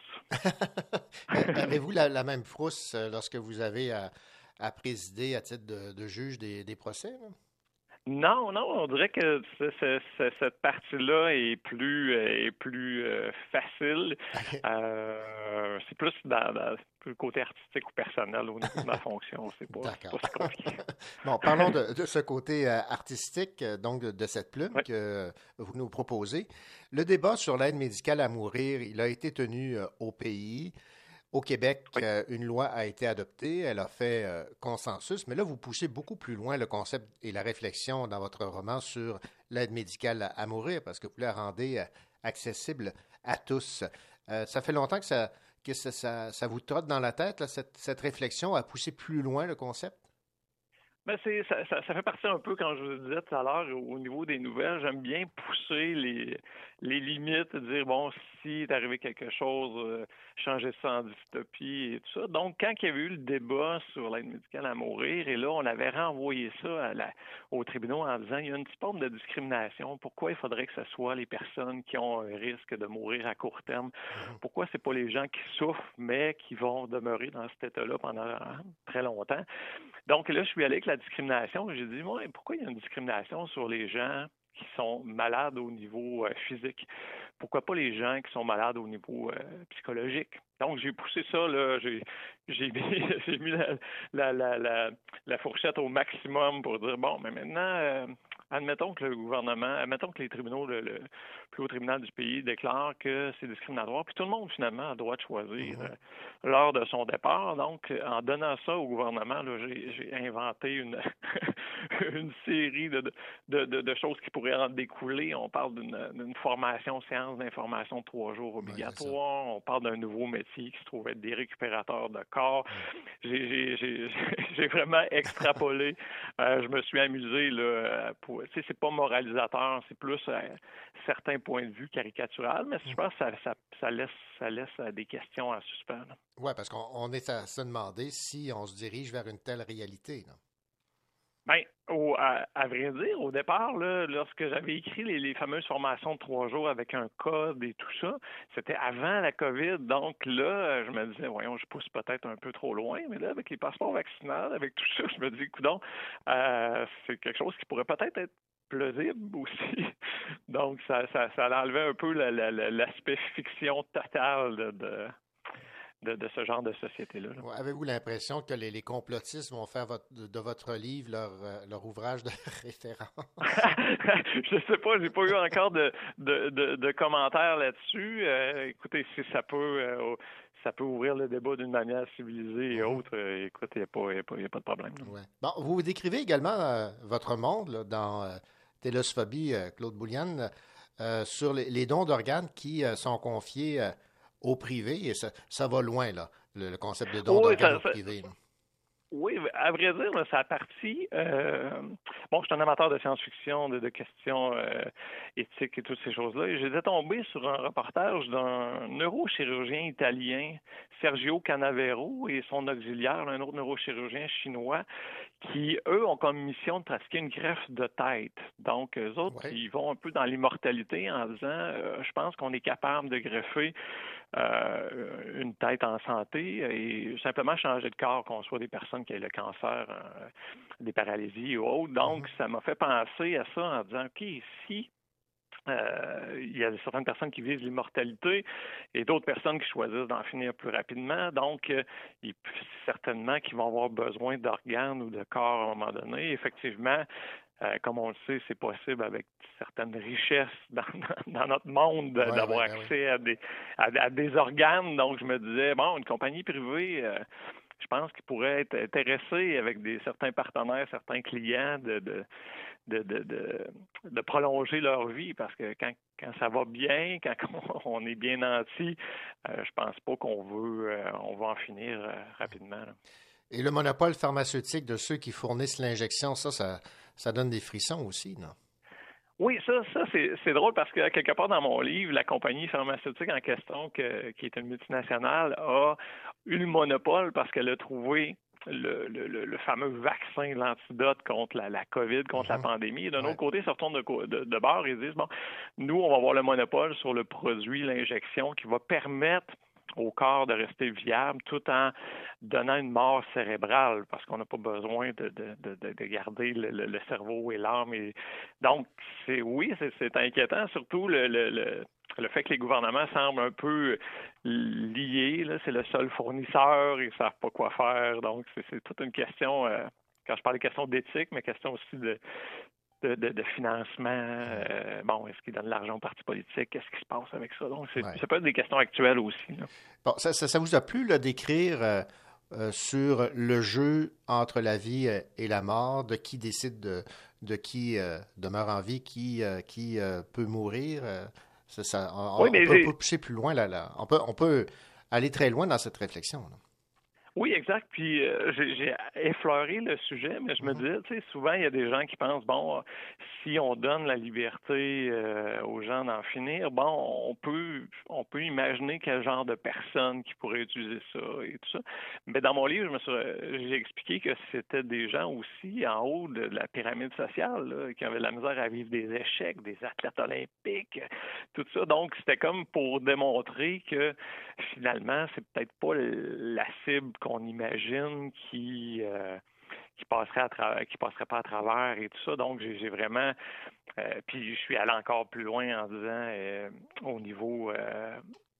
Avez-vous la, la même frousse lorsque vous avez à, à présider à titre de, de juge des, des procès? Là? Non, non, on dirait que c- c- c- cette partie-là est plus est plus euh, facile. Euh, c'est plus dans, dans le côté artistique ou personnel au niveau de ma fonction. C'est pas, c'est pas si compliqué. Bon, parlons de, de ce côté euh, artistique, donc de, de cette plume oui. que vous nous proposez. Le débat sur l'aide médicale à mourir, il a été tenu euh, au pays. Au Québec, oui. euh, une loi a été adoptée, elle a fait euh, consensus, mais là, vous poussez beaucoup plus loin le concept et la réflexion dans votre roman sur l'aide médicale à, à mourir, parce que vous la rendez euh, accessible à tous. Euh, ça fait longtemps que ça, que ça, ça, ça vous trotte dans la tête, là, cette, cette réflexion à pousser plus loin le concept? Ben c'est ça, ça, ça fait partie un peu, quand je vous disais tout à l'heure, au niveau des nouvelles, j'aime bien pousser les, les limites, dire, bon, si est arrivé quelque chose, euh, changer ça en dystopie et tout ça. Donc, quand il y avait eu le débat sur l'aide médicale à mourir, et là, on avait renvoyé ça à la, aux tribunaux en disant, il y a une petite forme de discrimination. Pourquoi il faudrait que ce soit les personnes qui ont un risque de mourir à court terme? Pourquoi c'est pas les gens qui souffrent, mais qui vont demeurer dans cet état-là pendant très longtemps? Donc là, je suis allé avec la discrimination. J'ai dit, moi, pourquoi il y a une discrimination sur les gens qui sont malades au niveau euh, physique? Pourquoi pas les gens qui sont malades au niveau euh, psychologique? Donc, j'ai poussé ça, là, j'ai, j'ai mis, j'ai mis la, la, la, la, la fourchette au maximum pour dire, bon, mais maintenant, euh, admettons que le gouvernement, admettons que les tribunaux, le, le plus haut tribunal du pays déclare que c'est discriminatoire, puis tout le monde, finalement, a le droit de choisir euh, l'heure de son départ. Donc, en donnant ça au gouvernement, là, j'ai, j'ai inventé une, une série de, de, de, de choses qui pourraient en découler. On parle d'une, d'une formation, séance d'information de trois jours obligatoire. On parle d'un nouveau métier qui se trouve être des récupérateurs de corps. J'ai, j'ai, j'ai, j'ai vraiment extrapolé. Euh, je me suis amusé, là, pour, tu sais, c'est pas moralisateur, c'est plus euh, certains points de vue caricatural, mais je pense que ça, ça, ça laisse, ça laisse des questions en suspens. Oui, parce qu'on on est à se demander si on se dirige vers une telle réalité. Là. Bien, au, à, à vrai dire, au départ, là, lorsque j'avais écrit les, les fameuses formations de trois jours avec un code et tout ça, c'était avant la COVID. Donc là, je me disais, voyons, je pousse peut-être un peu trop loin, mais là, avec les passeports vaccinaux, avec tout ça, je me dis, coudonc, euh, c'est quelque chose qui pourrait peut-être être plausible aussi. Donc, ça, ça, ça enlevait un peu la, la, la, l'aspect fiction totale de... de De, de ce genre de société-là. Là. Ouais, avez-vous l'impression que les, les complotistes vont faire votre, de votre livre leur, leur ouvrage de référence? Je sais pas, j'ai pas eu encore de, de, de, de commentaires là-dessus. Euh, écoutez, si ça peut euh, ça peut ouvrir le débat d'une manière civilisée et autre, euh, écoute, il n'y a, a, a pas de problème. Ouais. Bon, vous décrivez également euh, votre monde là, dans euh, Télésphobie, euh, Claude Bouliane, euh, sur les, les dons d'organes qui euh, sont confiés euh, au privé, et ça, ça va loin, là, le, le concept de don oui, d'organes ça, au privé. Là. Oui, à vrai dire, là, ça a parti. Euh, bon, je suis un amateur de science-fiction, de, de questions euh, éthiques et toutes ces choses-là. Et j'étais tombé sur un reportage d'un neurochirurgien italien, Sergio Canavero, et son auxiliaire, un autre neurochirurgien chinois, qui, eux, ont comme mission de pratiquer une greffe de tête. Donc, eux autres, ouais. Ils vont un peu dans l'immortalité en disant, euh, je pense qu'on est capable de greffer euh, une tête en santé et simplement changer de corps, qu'on soit des personnes qui aient le cancer, euh, des paralysies ou autres. Donc, mm-hmm. ça m'a fait penser à ça en disant, OK, si Euh, il y a certaines personnes qui visent l'immortalité et d'autres personnes qui choisissent d'en finir plus rapidement. Donc, euh, il, certainement qu'ils vont avoir besoin d'organes ou de corps à un moment donné. Effectivement, euh, comme on le sait, c'est possible avec certaines richesses dans, dans notre monde de, ouais, d'avoir ouais, accès ouais. À, des, à, à des organes. Donc, je me disais, bon, une compagnie privée... Euh, je pense qu'ils pourraient être intéressés avec des certains partenaires, certains clients de, de, de, de, de, de prolonger leur vie parce que quand, quand ça va bien, quand on, on est bien nanti, euh, je pense pas qu'on veut euh, on va en finir euh, rapidement. Là. Et le monopole pharmaceutique de ceux qui fournissent l'injection, ça, ça, ça donne des frissons aussi, non? Oui, ça, ça c'est, c'est drôle parce que quelque part dans mon livre, la compagnie pharmaceutique en question, que, qui est une multinationale, a eu le monopole parce qu'elle a trouvé le, le, le fameux vaccin, l'antidote contre la, la COVID, contre mm-hmm. la pandémie. Et d'un ouais. autre côté, ils se retournent de, de, de bord et disent, bon, nous, on va avoir le monopole sur le produit, l'injection, qui va permettre au corps de rester viable tout en donnant une mort cérébrale parce qu'on n'a pas besoin de, de, de, de garder le, le, le cerveau et l'âme. Et donc, c'est oui, c'est, c'est inquiétant, surtout le, le, le, le fait que les gouvernements semblent un peu liés. Là, c'est le seul fournisseur, ils ne savent pas quoi faire. Donc, c'est, c'est toute une question, euh, quand je parle de questions d'éthique, mais question aussi de De, de, de financement, euh, bon, est-ce qu'ils donnent de l'argent aux partis politiques, qu'est-ce qui se passe avec ça? Donc, c'est, ouais. ça peut être des questions actuelles aussi. Là. Bon, ça, ça, ça vous a plu là, d'écrire euh, euh, sur le jeu entre la vie et la mort, de qui décide de, de qui euh, demeure en vie, qui, euh, qui euh, peut mourir? Euh, ça, ça, on oui, on peut pousser plus loin, là, là. On peut, on peut aller très loin dans cette réflexion. Là. Oui, exact. Puis euh, j'ai, j'ai effleuré le sujet, mais je me disais, tu sais, souvent il y a des gens qui pensent, bon, si on donne la liberté euh, aux gens d'en finir, bon, on peut, on peut imaginer quel genre de personne qui pourrait utiliser ça et tout ça. Mais dans mon livre, je me suis, j'ai expliqué que c'était des gens aussi en haut de la pyramide sociale, là, qui avaient de la misère à vivre des échecs, des athlètes olympiques, tout ça. Donc c'était comme pour démontrer que finalement, c'est peut-être pas la cible qu'on imagine qui euh, qui passerait à travers, qui passerait pas à travers et tout ça. Donc j'ai, j'ai vraiment euh, puis je suis allé encore plus loin en disant euh, au niveau euh,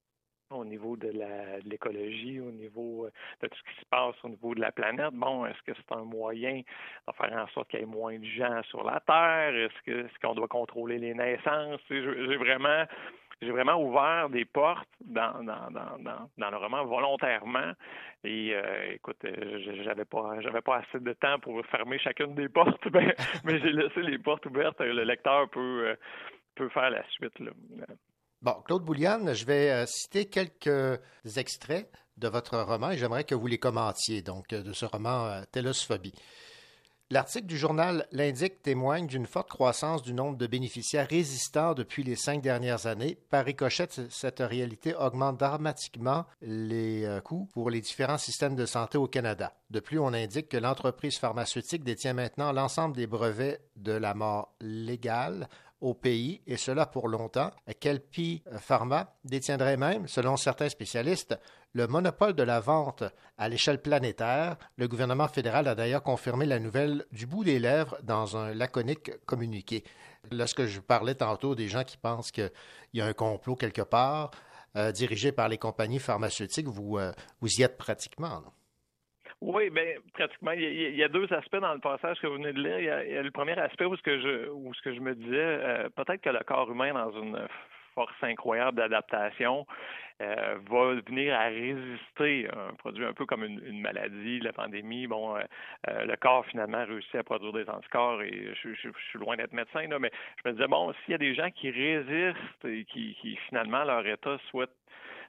au niveau de, la, de l'écologie, au niveau de tout ce qui se passe au niveau de la planète. Bon, est-ce que c'est un moyen de faire en sorte qu'il y ait moins de gens sur la Terre? Est-ce que est-ce qu'on doit contrôler les naissances? J'ai, j'ai vraiment J'ai vraiment ouvert des portes dans, dans, dans, dans, dans le roman volontairement. Et euh, écoute, j'avais pas j'avais pas assez de temps pour fermer chacune des portes, mais, mais j'ai laissé les portes ouvertes. Le lecteur peut, peut faire la suite, là. Bon, Claude Bouliane, je vais euh, citer quelques extraits de votre roman et j'aimerais que vous les commentiez, donc de ce roman euh, Télosphobie. L'article du journal L'Indique témoigne d'une forte croissance du nombre de bénéficiaires résistants depuis les cinq dernières années. Par ricochet, cette réalité augmente dramatiquement les coûts pour les différents systèmes de santé au Canada. De plus, on indique que l'entreprise pharmaceutique détient maintenant l'ensemble des brevets de la mort légale au pays, et cela pour longtemps. Kelpie Pharma détiendrait même, selon certains spécialistes, le monopole de la vente à l'échelle planétaire. Le gouvernement fédéral a d'ailleurs confirmé la nouvelle du bout des lèvres dans un laconique communiqué. Lorsque je parlais tantôt des gens qui pensent qu'il y a un complot quelque part, euh, dirigé par les compagnies pharmaceutiques, vous, euh, vous y êtes pratiquement, non? Oui, bien, pratiquement. Il y, a, il y a deux aspects dans le passage que vous venez de lire. Il y a, il y a le premier aspect où ce que je, où ce que je me disais, euh, peut-être que le corps humain, dans une force incroyable d'adaptation, euh, va venir à résister à un produit un peu comme une, une maladie, la pandémie. Bon, euh, euh, le corps, finalement, réussit à produire des anticorps et je, je, je suis loin d'être médecin, là, mais je me disais, bon, s'il y a des gens qui résistent et qui, qui finalement, leur état souhaite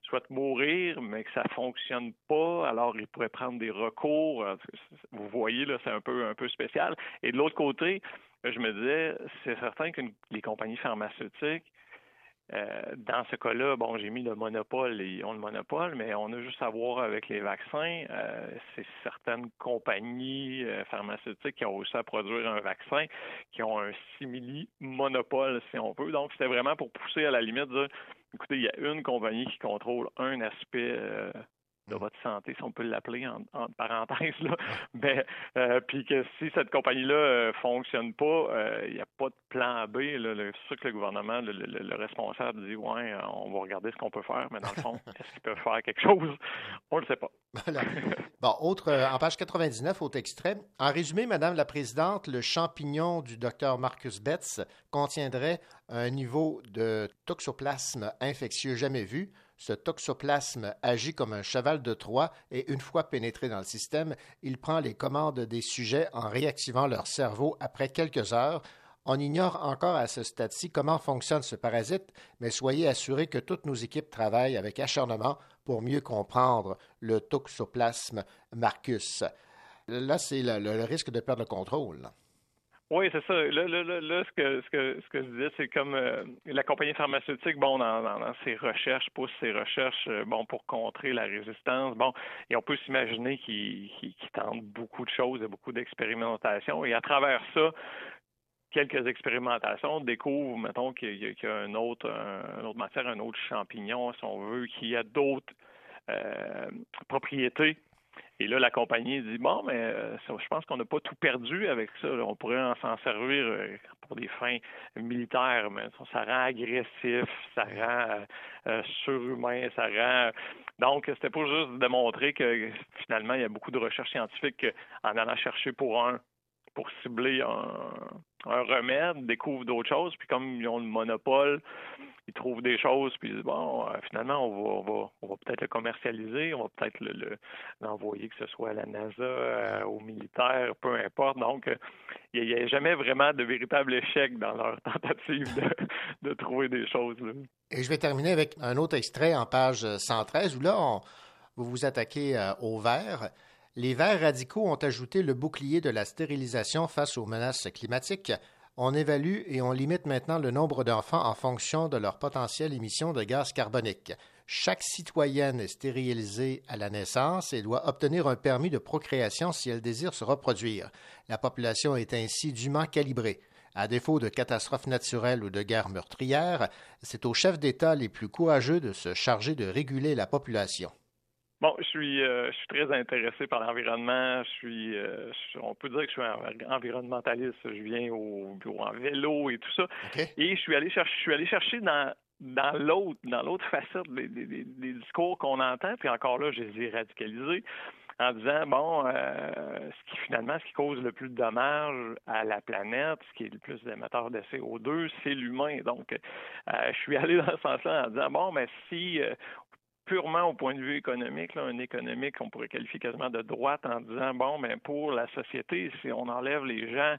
souhaite mourir, mais que ça fonctionne pas, alors il pourrait prendre des recours. Vous voyez, là, c'est un peu, un peu spécial. Et de l'autre côté, je me disais, c'est certain que les compagnies pharmaceutiques, Euh, dans ce cas-là, bon, j'ai mis le monopole, et ils ont le monopole, mais on a juste à voir avec les vaccins. Euh, c'est certaines compagnies euh, pharmaceutiques qui ont réussi à produire un vaccin qui ont un simili-monopole, si on veut. Donc, c'était vraiment pour pousser à la limite, dire, écoutez, il y a une compagnie qui contrôle un aspect euh, de votre santé, si on peut l'appeler en, en parenthèse, là. Ben, euh, puis que si cette compagnie-là euh, fonctionne pas, il euh, n'y a pas de plan B. Là, le, c'est sûr que le gouvernement, le, le, le responsable dit, ouais, on va regarder ce qu'on peut faire, mais dans le fond, est-ce qu'ils peuvent faire quelque chose? On le sait pas. Voilà. Bon, autre, euh, en page quatre-vingt-dix-neuf, autre extrait. En résumé, Madame la Présidente, le champignon du docteur Marcus Betts contiendrait un niveau de toxoplasme infectieux jamais vu. Ce toxoplasme agit comme un cheval de Troie et une fois pénétré dans le système, il prend les commandes des sujets en réactivant leur cerveau après quelques heures. On ignore encore à ce stade-ci comment fonctionne ce parasite, mais soyez assurés que toutes nos équipes travaillent avec acharnement pour mieux comprendre le toxoplasme Marcus. Là, c'est le, le, le risque de perdre le contrôle. Oui, c'est ça. Là, là, là, là, ce que ce que ce que je disais, c'est comme euh, la compagnie pharmaceutique, bon, dans, dans, dans ses recherches, pousse ses recherches, euh, bon, pour contrer la résistance. Bon, et on peut s'imaginer qu'ils qu'ils, qu'ils tentent beaucoup de choses, et beaucoup d'expérimentations, et à travers ça, quelques expérimentations découvrent, mettons, qu'il y a, qu'il y a une autre, un, une autre matière, un autre champignon, si on veut, qui a d'autres euh, propriétés. Et là, la compagnie dit, bon, mais euh, je pense qu'on n'a pas tout perdu avec ça. Là. On pourrait en s'en servir euh, pour des fins militaires, mais ça rend agressif, ça rend euh, surhumain, ça rend... Donc, c'était pas juste de démontrer que finalement, il y a beaucoup de recherches scientifiques en allant chercher pour un pour cibler un, un remède, découvrent d'autres choses, puis comme ils ont le monopole, ils trouvent des choses, puis ils disent, bon, euh, finalement, on va, on va, on va peut-être le commercialiser, on va peut-être le, le, l'envoyer, que ce soit à la NASA, euh, aux militaires, peu importe. Donc, euh, il n'y a jamais vraiment de véritable échec dans leur tentative de, de trouver des choses. Là. Et je vais terminer avec un autre extrait en page cent treize, où là, on, vous vous attaquez euh, aux vers. Les Verts radicaux ont ajouté le bouclier de la stérilisation face aux menaces climatiques. On évalue et on limite maintenant le nombre d'enfants en fonction de leur potentielle émission de gaz carbonique. Chaque citoyenne est stérilisée à la naissance et doit obtenir un permis de procréation si elle désire se reproduire. La population est ainsi dûment calibrée. À défaut de catastrophes naturelles ou de guerres meurtrières, c'est aux chefs d'État les plus courageux de se charger de réguler la population. Bon, je suis, euh, je suis très intéressé par l'environnement. Je suis, euh, je, on peut dire que je suis un environnementaliste. Je viens au bureau en vélo et tout ça. Okay. Et je suis allé chercher, je suis allé chercher dans dans l'autre, dans l'autre facette des, des, des, des discours qu'on entend. Puis encore là, je les ai radicalisés en disant bon, euh, ce qui finalement, ce qui cause le plus de dommages à la planète, ce qui est le plus d'émetteurs de C O deux, c'est l'humain. Donc, euh, je suis allé dans ce sens-là en disant bon, mais si euh, purement au point de vue économique, là, un économique qu'on pourrait qualifier quasiment de droite en disant, bon, mais pour la société, si on enlève les gens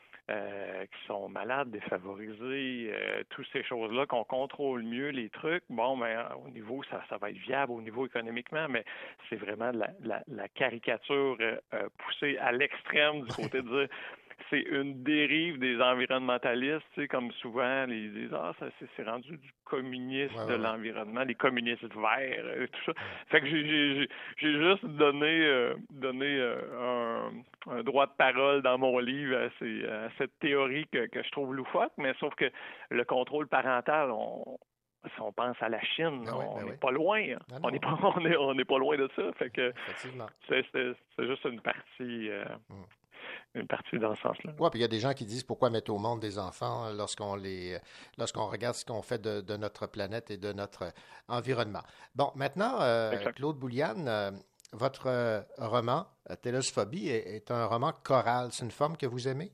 euh, qui sont malades, défavorisés, euh, toutes ces choses-là, qu'on contrôle mieux les trucs, bon, ben au niveau, ça, ça va être viable au niveau économiquement, mais c'est vraiment de la, la, la caricature euh, poussée à l'extrême du côté de dire c'est une dérive des environnementalistes, tu sais, comme souvent, ils disent « Ah, ça, c'est, c'est rendu du communisme ouais, de ouais. l'environnement, les communistes verts, euh, tout ça. » Fait que j'ai, j'ai, j'ai juste donné, euh, donné euh, un, un droit de parole dans mon livre à, ces, à cette théorie que, que je trouve loufoque, mais sauf que le contrôle parental, on... Si on pense à la Chine, ben oui, on n'est ben pas oui. loin. Ben on n'est pas, on est, on est pas loin de ça. Fait que c'est, c'est, c'est juste une partie, euh, mm. une partie dans ce sens-là. Oui, puis il y a des gens qui disent pourquoi mettre au monde des enfants lorsqu'on les, lorsqu'on regarde ce qu'on fait de, de notre planète et de notre environnement. Bon, maintenant, euh, Claude Boulian, euh, votre euh, roman Télesphobie est, est un roman choral. C'est une forme que vous aimez?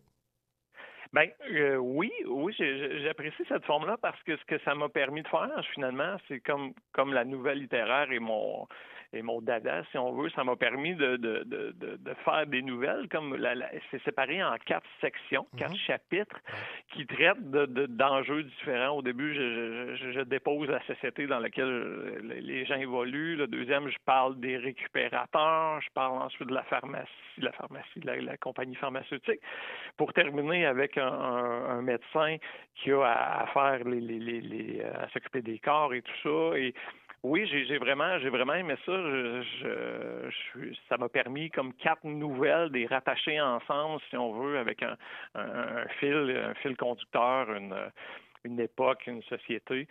Ben euh, oui, oui, j'ai, j'apprécie cette forme-là parce que ce que ça m'a permis de faire, finalement, c'est comme comme la nouvelle littéraire est mon et mon dada, si on veut. Ça m'a permis de, de, de, de, de faire des nouvelles, comme la, la, c'est séparé en quatre sections, quatre mm-hmm. chapitres qui traitent de, de, d'enjeux différents. Au début, je, je, je dépose la société dans laquelle les gens évoluent. Le deuxième, je parle des récupérateurs. Je parle ensuite de la pharmacie, la pharmacie, de la, la compagnie pharmaceutique. Pour terminer avec un, un, un médecin qui a à, à faire les, les, les, les à s'occuper des corps et tout ça. Et oui, j'ai, j'ai vraiment, j'ai vraiment aimé ça. Je, je, je, ça m'a permis comme quatre nouvelles, des rattacher ensemble, si on veut, avec un, un, un fil, un fil conducteur, une, une époque, une société.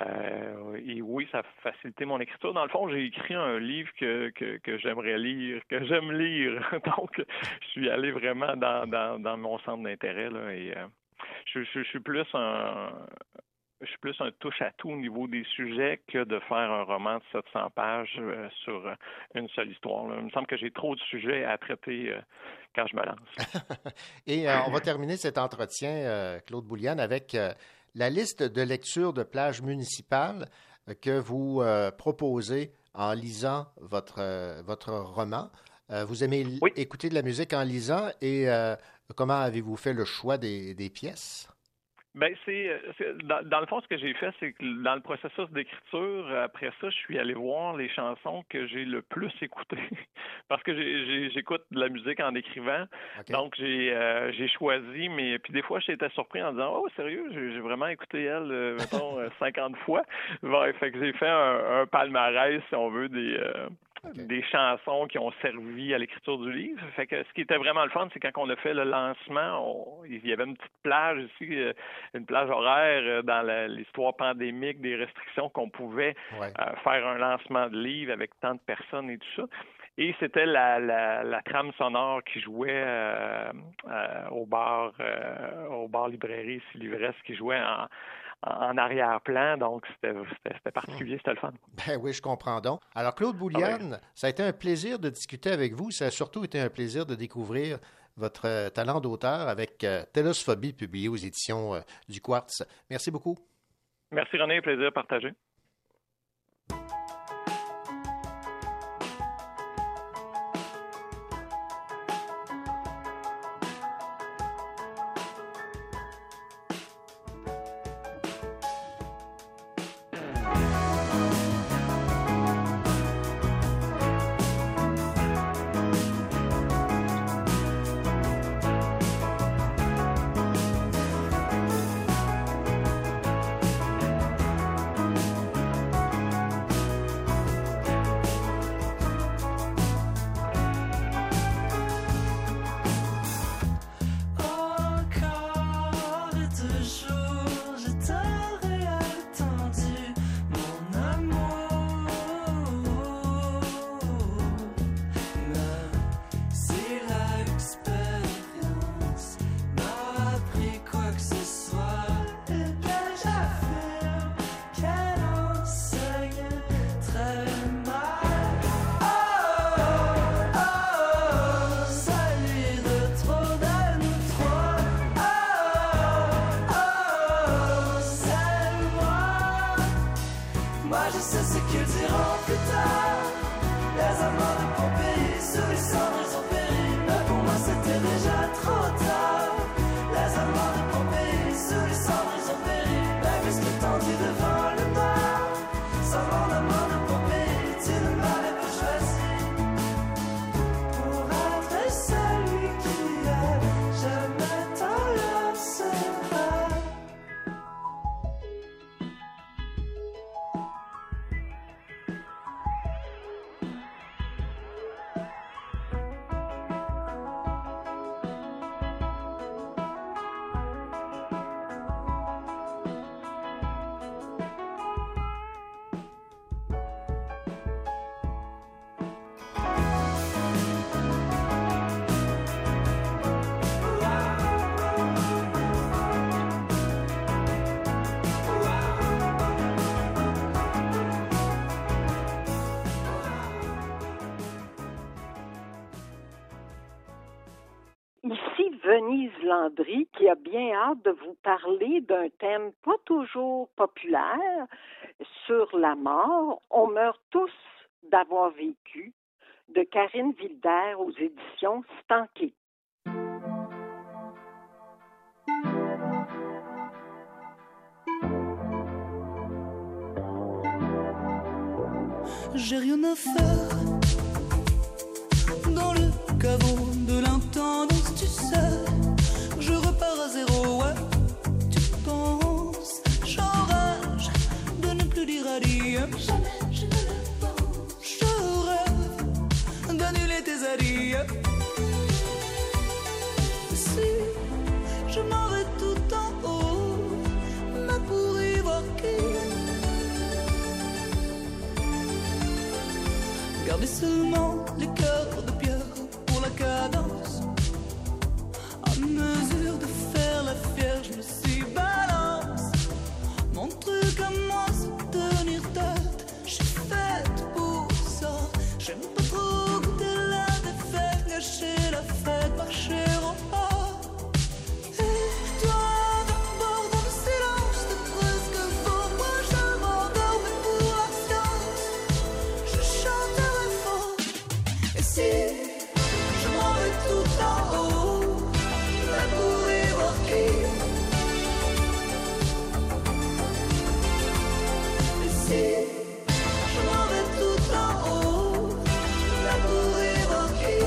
Euh, et oui, ça a facilité mon écriture. Dans le fond, j'ai écrit un livre que, que, que j'aimerais lire, que j'aime lire. Donc, je suis allé vraiment dans, dans, dans mon centre d'intérêt, là, et euh, je, je, je suis plus un... Je suis plus un touche-à-tout au niveau des sujets que de faire un roman de sept cents pages euh, sur une seule histoire. Là. Il me semble que j'ai trop de sujets à traiter euh, quand je me lance. Et euh, on va terminer cet entretien, euh, Claude Bouliane, avec euh, la liste de lecture de plages municipales euh, que vous euh, proposez en lisant votre, euh, votre roman. Euh, vous aimez l- oui. écouter de la musique en lisant et euh, comment avez-vous fait le choix des, des pièces? Ben c'est, c'est dans, dans le fond, ce que j'ai fait, c'est que dans le processus d'écriture, après ça, je suis allé voir les chansons que j'ai le plus écoutées. Parce que j'ai, j'ai, j'écoute de la musique en écrivant. Okay. Donc, j'ai euh, j'ai choisi, mais puis des fois, j'étais surpris en disant « Oh, sérieux, j'ai, j'ai vraiment écouté elle, euh, mettons, cinquante fois. » Ouais, fait que j'ai fait un, un palmarès, si on veut, des... Euh, Okay. des chansons qui ont servi à l'écriture du livre. Fait que ce qui était vraiment le fun, c'est quand on a fait le lancement, on, il y avait une petite plage ici, une plage horaire dans la, l'histoire pandémique, des restrictions qu'on pouvait ouais. euh, faire un lancement de livre avec tant de personnes et tout ça. Et c'était la, la, la trame sonore qui jouait euh, euh, au bar, euh, au bar librairie ici, l'ivresse, qui jouait en en arrière-plan, donc c'était, c'était, c'était particulier, c'était le fun. Ben oui, je comprends donc. Alors, Claude Bouliane, ah oui. ça a été un plaisir de discuter avec vous. Ça a surtout été un plaisir de découvrir votre euh, talent d'auteur avec euh, Télésphobie, publié aux éditions euh, du Quartz. Merci beaucoup. Merci René, plaisir partagé. Venise Landry, qui a bien hâte de vous parler d'un thème pas toujours populaire sur la mort. On meurt tous d'avoir vécu de Karine Wilder aux éditions Stanké. J'ai rien à faire dans le caveau de l'intendance, tu sais. Je repars à zéro, ouais, tu penses. J'enrage de ne plus dire adieu. Jamais je ne le pense. Je rêve d'annuler tes adieux. Si je m'en vais tout en haut, mais pour y voir qui? Gardez seulement les cœurs de pierre pour la cadence. À mesure de faire la fière, je me suis balance. Mon truc à moi, c'est tenir tête. Je suis faite pour ça. J'aime pas trop goûter la défaite, gâcher la fête, marcher au pas. Et toi, d'abord dans le silence, t'es presque faux. Moi, je m'endors, mais pour la science, je chanterai fort. Et si je m'en vais tout en haut, mais pour y voir qui? Et si je m'en vais tout en haut, mais pour y voir qui?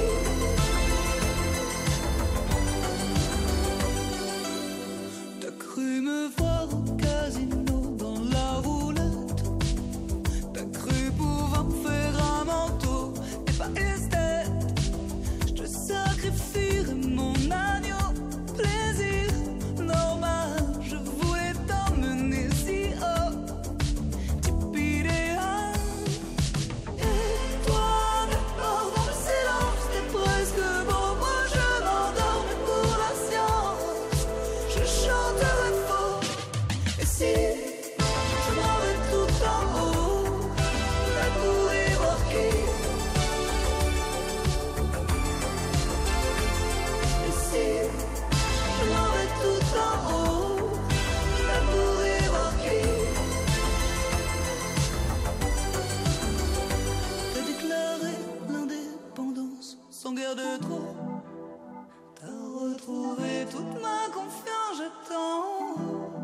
T'as cru me voir au casino dans la roulette. T'as cru pouvoir me faire un manteau. T'es pas esthète. Je te sacrifierai mon agneau. Plaisir normal. Je voulais t'emmener si haut. Type idéal. Et toi, d'abord dans le silence, t'es presque beau. Moi je m'endors, mais pour la science, je chanterai faux. Et si je m'en vais tout en haut, mais pour y voir qui? Et si je m'en vais tout en haut, mais pour y voir qui? T'as déclaré l'indépendance sans guerre de trop. T'as retrouvé toute ma confiance, j'attends.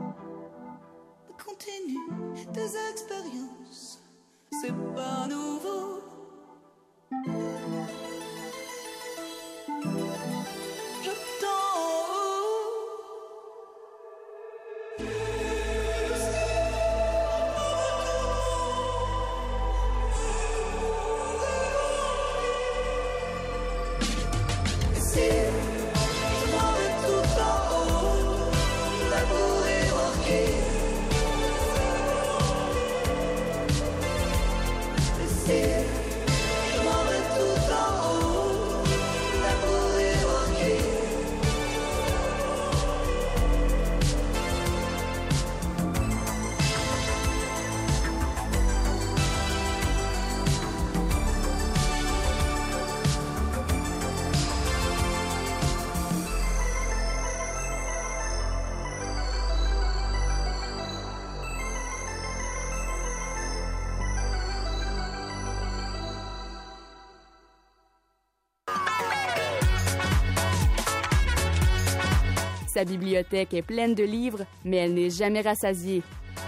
Continue tes expériences, c'est pas nouveau. Et si je m'en vais tout en haut, mais pour y voir qui? Et si je m'en vais tout en haut, mais pour y voir qui? Sa bibliothèque est pleine de livres, mais elle n'est jamais rassasiée.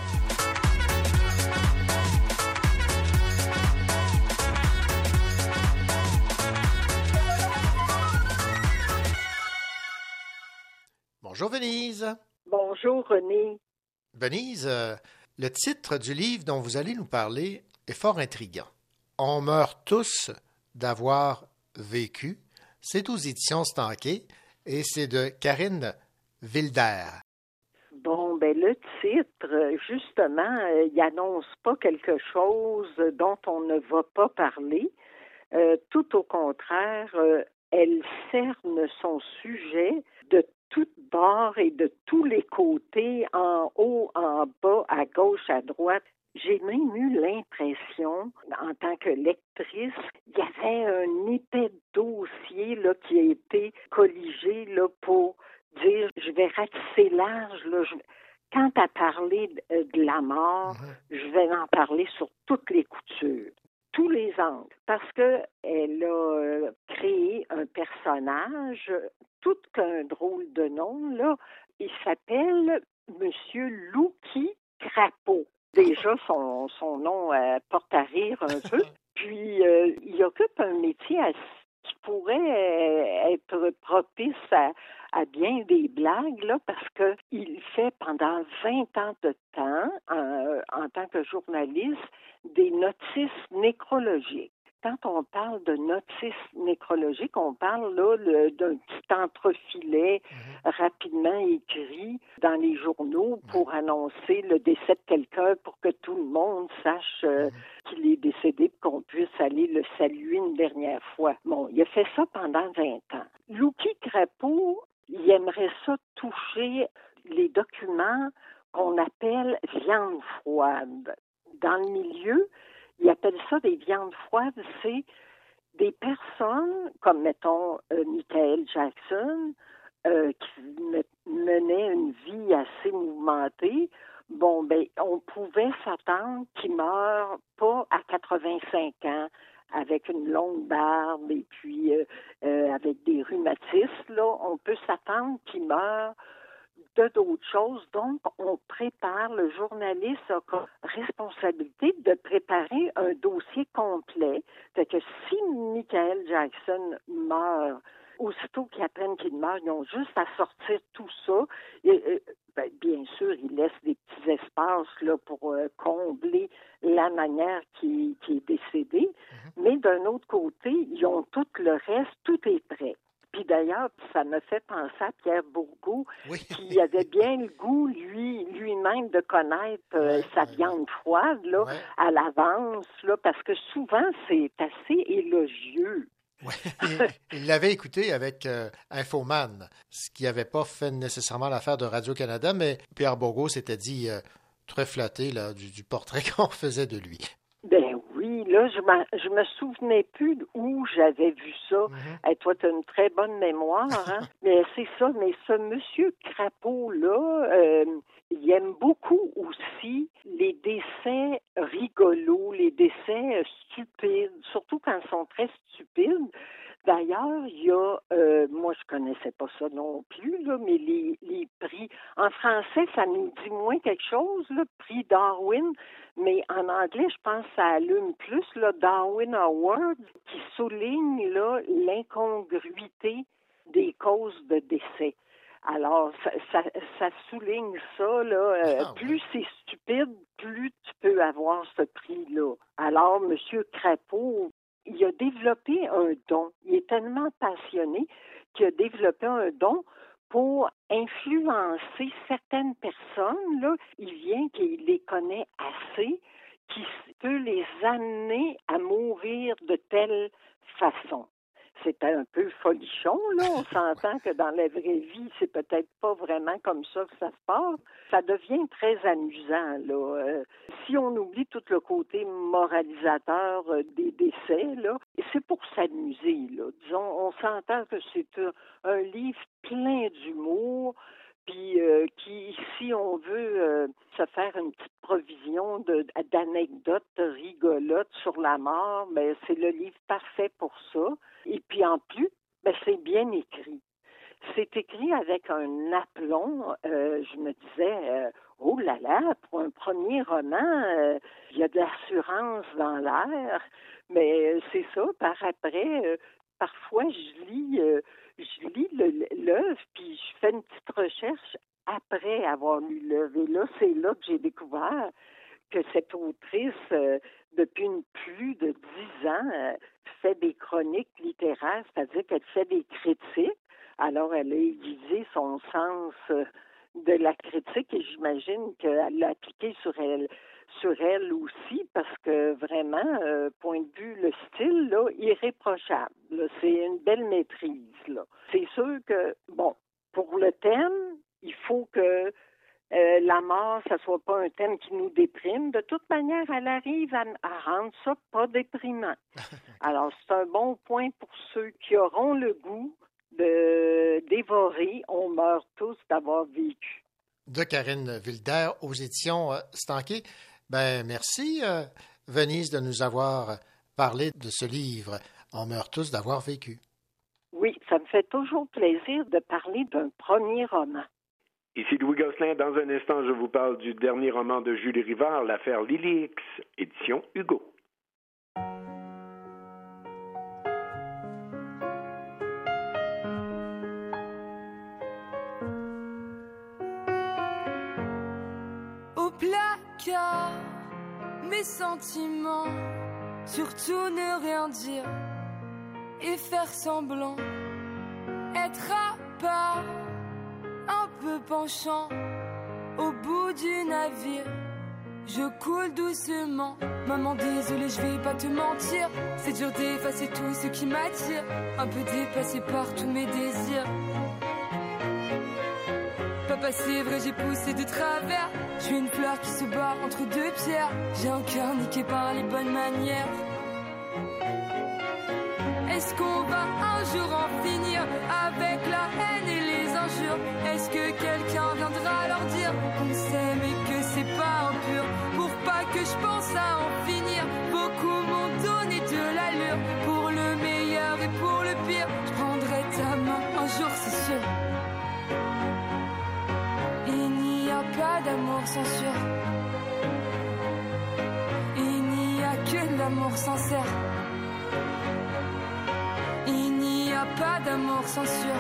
Bonjour Venise. Bonjour René. Venise, euh, le titre du livre dont vous allez nous parler est fort intriguant. On meurt tous d'avoir vécu. C'est aux éditions Stanké et c'est de Karine Wilder. Bon, ben le titre, justement, euh, il annonce pas quelque chose dont on ne va pas parler. Euh, tout au contraire, euh, elle cerne son sujet de toutes bords et de tous les côtés, en haut, en bas, à gauche, à droite. J'ai même eu l'impression, en tant que lectrice, il y avait un épais dossier là, qui a été colligé là, pour dire je vais ratisser large. Là, je... Quant à parler de, de la mort, mm-hmm. je vais en parler sur toutes les coutures. tous les angles, parce que elle a créé un personnage, tout qu'un drôle de nom, là. Il s'appelle Monsieur Louki Crapaud. Déjà, son, son nom euh, porte à rire un peu. Puis, euh, il occupe un métier à, qui pourrait euh, être propice à, à bien des blagues, là, parce qu'il fait pendant vingt ans de temps, en, en tant que journaliste, des notices nécrologiques. Quand on parle de notices nécrologiques, on parle là le, d'un petit entrefilet mm-hmm. rapidement écrit dans les journaux pour annoncer le décès de quelqu'un pour que tout le monde sache euh, mm-hmm. qu'il est décédé et qu'on puisse aller le saluer une dernière fois. Bon, il a fait ça pendant vingt ans. Louki Crapaud, il aimerait ça toucher les documents qu'on appelle viande froide. Dans le milieu, ils appellent ça des viandes froides, c'est des personnes, comme mettons euh, Michael Jackson, euh, qui menait une vie assez mouvementée. Bon, ben, on pouvait s'attendre qu'il meure pas à quatre-vingt-cinq ans, avec une longue barbe et puis euh, euh, avec des rhumatismes. Là, on peut s'attendre qu'il meure de d'autres choses. Donc, on prépare, le journaliste a comme responsabilité de préparer un dossier complet. Fait que si Michael Jackson meurt, aussitôt qu'ils apprennent qu'il meurt, ils ont juste à sortir tout ça. Et, ben, bien sûr, ils laissent des petits espaces là, pour euh, combler la manière qui, qui est décédée. Mm-hmm. Mais d'un autre côté, ils ont tout le reste, tout est prêt. Puis d'ailleurs, ça me fait penser à Pierre Bourgault, oui. qui avait bien le goût, lui, lui-même, de connaître euh, ouais, sa ouais, viande froide là, ouais. à l'avance, là, parce que souvent, c'est assez élogieux. Oui, il l'avait écouté avec euh, Infoman, ce qui n'avait pas fait nécessairement l'affaire de Radio-Canada, mais Pierre Bourgault s'était dit euh, très flatté là, du, du portrait qu'on faisait de lui. Ben oui, là, je je me souvenais plus où j'avais vu ça. Mm-hmm. Hey, toi, tu as une très bonne mémoire, hein? Mais c'est ça, mais ce monsieur Crapaud-là, euh, il aime beaucoup aussi les décès rigolos, les décès stupides, surtout quand ils sont très stupides. D'ailleurs, il y a, euh, moi je connaissais pas ça non plus, là, mais les, les prix, en français, ça nous dit moins quelque chose, le prix Darwin, mais en anglais, je pense que ça allume plus, le Darwin Award, qui souligne là, l'incongruité des causes de décès. Alors, ça, ça, ça souligne ça, là. Euh, ah, plus ouais. c'est stupide, plus tu peux avoir ce prix-là. Alors, M. Crapaud, il a développé un don. Il est tellement passionné qu'il a développé un don pour influencer certaines personnes. Là, il vient qu'il les connaît assez, qui peut les amener à mourir de telle façon. C'est un peu folichon, là. On s'entend que dans la vraie vie, c'est peut-être pas vraiment comme ça que ça se passe. Ça devient très amusant, là. Euh, si on oublie tout le côté moralisateur euh, des décès, là, et c'est pour s'amuser, là. Disons, on s'entend que c'est un, un livre plein d'humour, puis euh, qui, si on veut euh, se faire une petite provision de, d'anecdotes rigolotes sur la mort, ben, c'est le livre parfait pour ça. Et puis en plus, ben, c'est bien écrit. C'est écrit avec un aplomb. Euh, je me disais, euh, oh là là, pour un premier roman, euh, il y a de l'assurance dans l'air. Mais euh, c'est ça, par après, euh, parfois je lis... Euh, Je lis le, l'œuvre, puis je fais une petite recherche après avoir lu l'œuvre. Et là, c'est là que j'ai découvert que cette autrice, euh, depuis une, plus de dix ans, euh, fait des chroniques littéraires, c'est-à-dire qu'elle fait des critiques. Alors, elle a aiguisé son sens euh, de la critique et j'imagine qu'elle l'a appliqué sur elle. sur elle aussi, parce que vraiment, euh, point de vue, le style, là, irréprochable. Là, c'est une belle maîtrise, là. C'est sûr que, bon, pour le thème, il faut que euh, la mort, ça soit pas un thème qui nous déprime. De toute manière, elle arrive à, à rendre ça pas déprimant. Alors, c'est un bon point pour ceux qui auront le goût de dévorer. On meurt tous d'avoir vécu. De Karine Wilder aux éditions euh, Stanquet. Ben, merci, euh, Venise, de nous avoir parler de ce livre. On meurt tous d'avoir vécu. Oui, ça me fait toujours plaisir de parler d'un premier roman. Ici Louis Gosselin. Dans un instant, je vous parle du dernier roman de Julie Rivard, L'affaire Lily X, édition Hugo. Au placard, mes sentiments, surtout ne rien dire et faire semblant, être à part, un peu penchant, au bout du navire, je coule doucement. Maman, désolée, je vais pas te mentir, c'est dur d'effacer tout ce qui m'attire, un peu dépassé par tous mes désirs. Papa, c'est vrai, j'ai poussé de travers, je suis une fleur qui se bat entre deux pierres, j'ai un cœur niqué par les bonnes manières. Est-ce qu'on va un jour en finir avec la haine et les injures? Est-ce que quelqu'un viendra leur dire qu'on s'aime et que c'est pas impur? Pour pas que je pense à en finir, beaucoup m'ont donné de l'allure. Pour le meilleur et pour le pire, je prendrai ta main un jour, c'est sûr. Il n'y a pas d'amour sans sûr. Il n'y a que de l'amour sincère. Il n'y a pas d'amour sans sûr.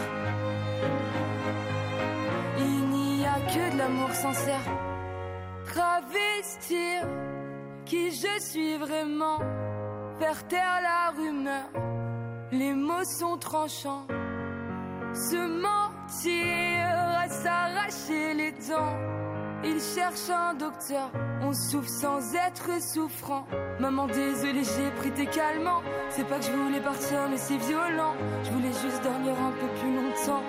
Il n'y a que de l'amour sincère. Travestir qui je suis vraiment, faire taire la rumeur, les mots sont tranchants. Se mentir à s'arracher les dents. Il cherche un docteur, on souffre sans être souffrant. Maman, désolée, j'ai pris tes calmants. C'est pas que je voulais partir, mais c'est violent. Je voulais juste dormir un peu plus longtemps.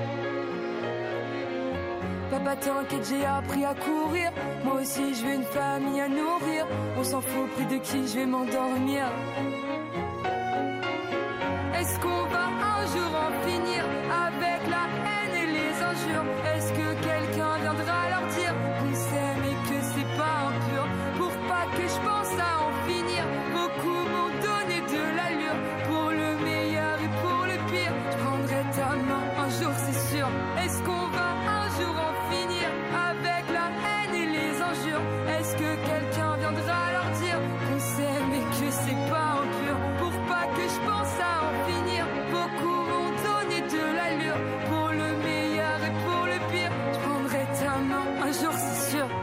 Papa, t'inquiète, j'ai appris à courir. Moi aussi, je veux une famille à nourrir. On s'en fout, près de qui je vais m'endormir. Est-ce qu'on va un jour en finir avec la haine et les injures? Est-ce que quelqu'un viendra leur dire qu'on s'aime et que c'est pas impur? Pour pas que je pense à en finir, beaucoup m'ont donné de l'allure. Pour le meilleur et pour le pire, je prendrai ta main un jour, c'est sûr. Est-ce qu'on va un jour en finir avec la haine et les injures? Est-ce que quelqu'un viendra leur dire qu'on s'aime et que c'est pas impur? Pour pas que je pense à en finir, beaucoup m'ont donné de l'allure. Pour le meilleur et pour le pire, je prendrai ta main un jour, c'est sûr.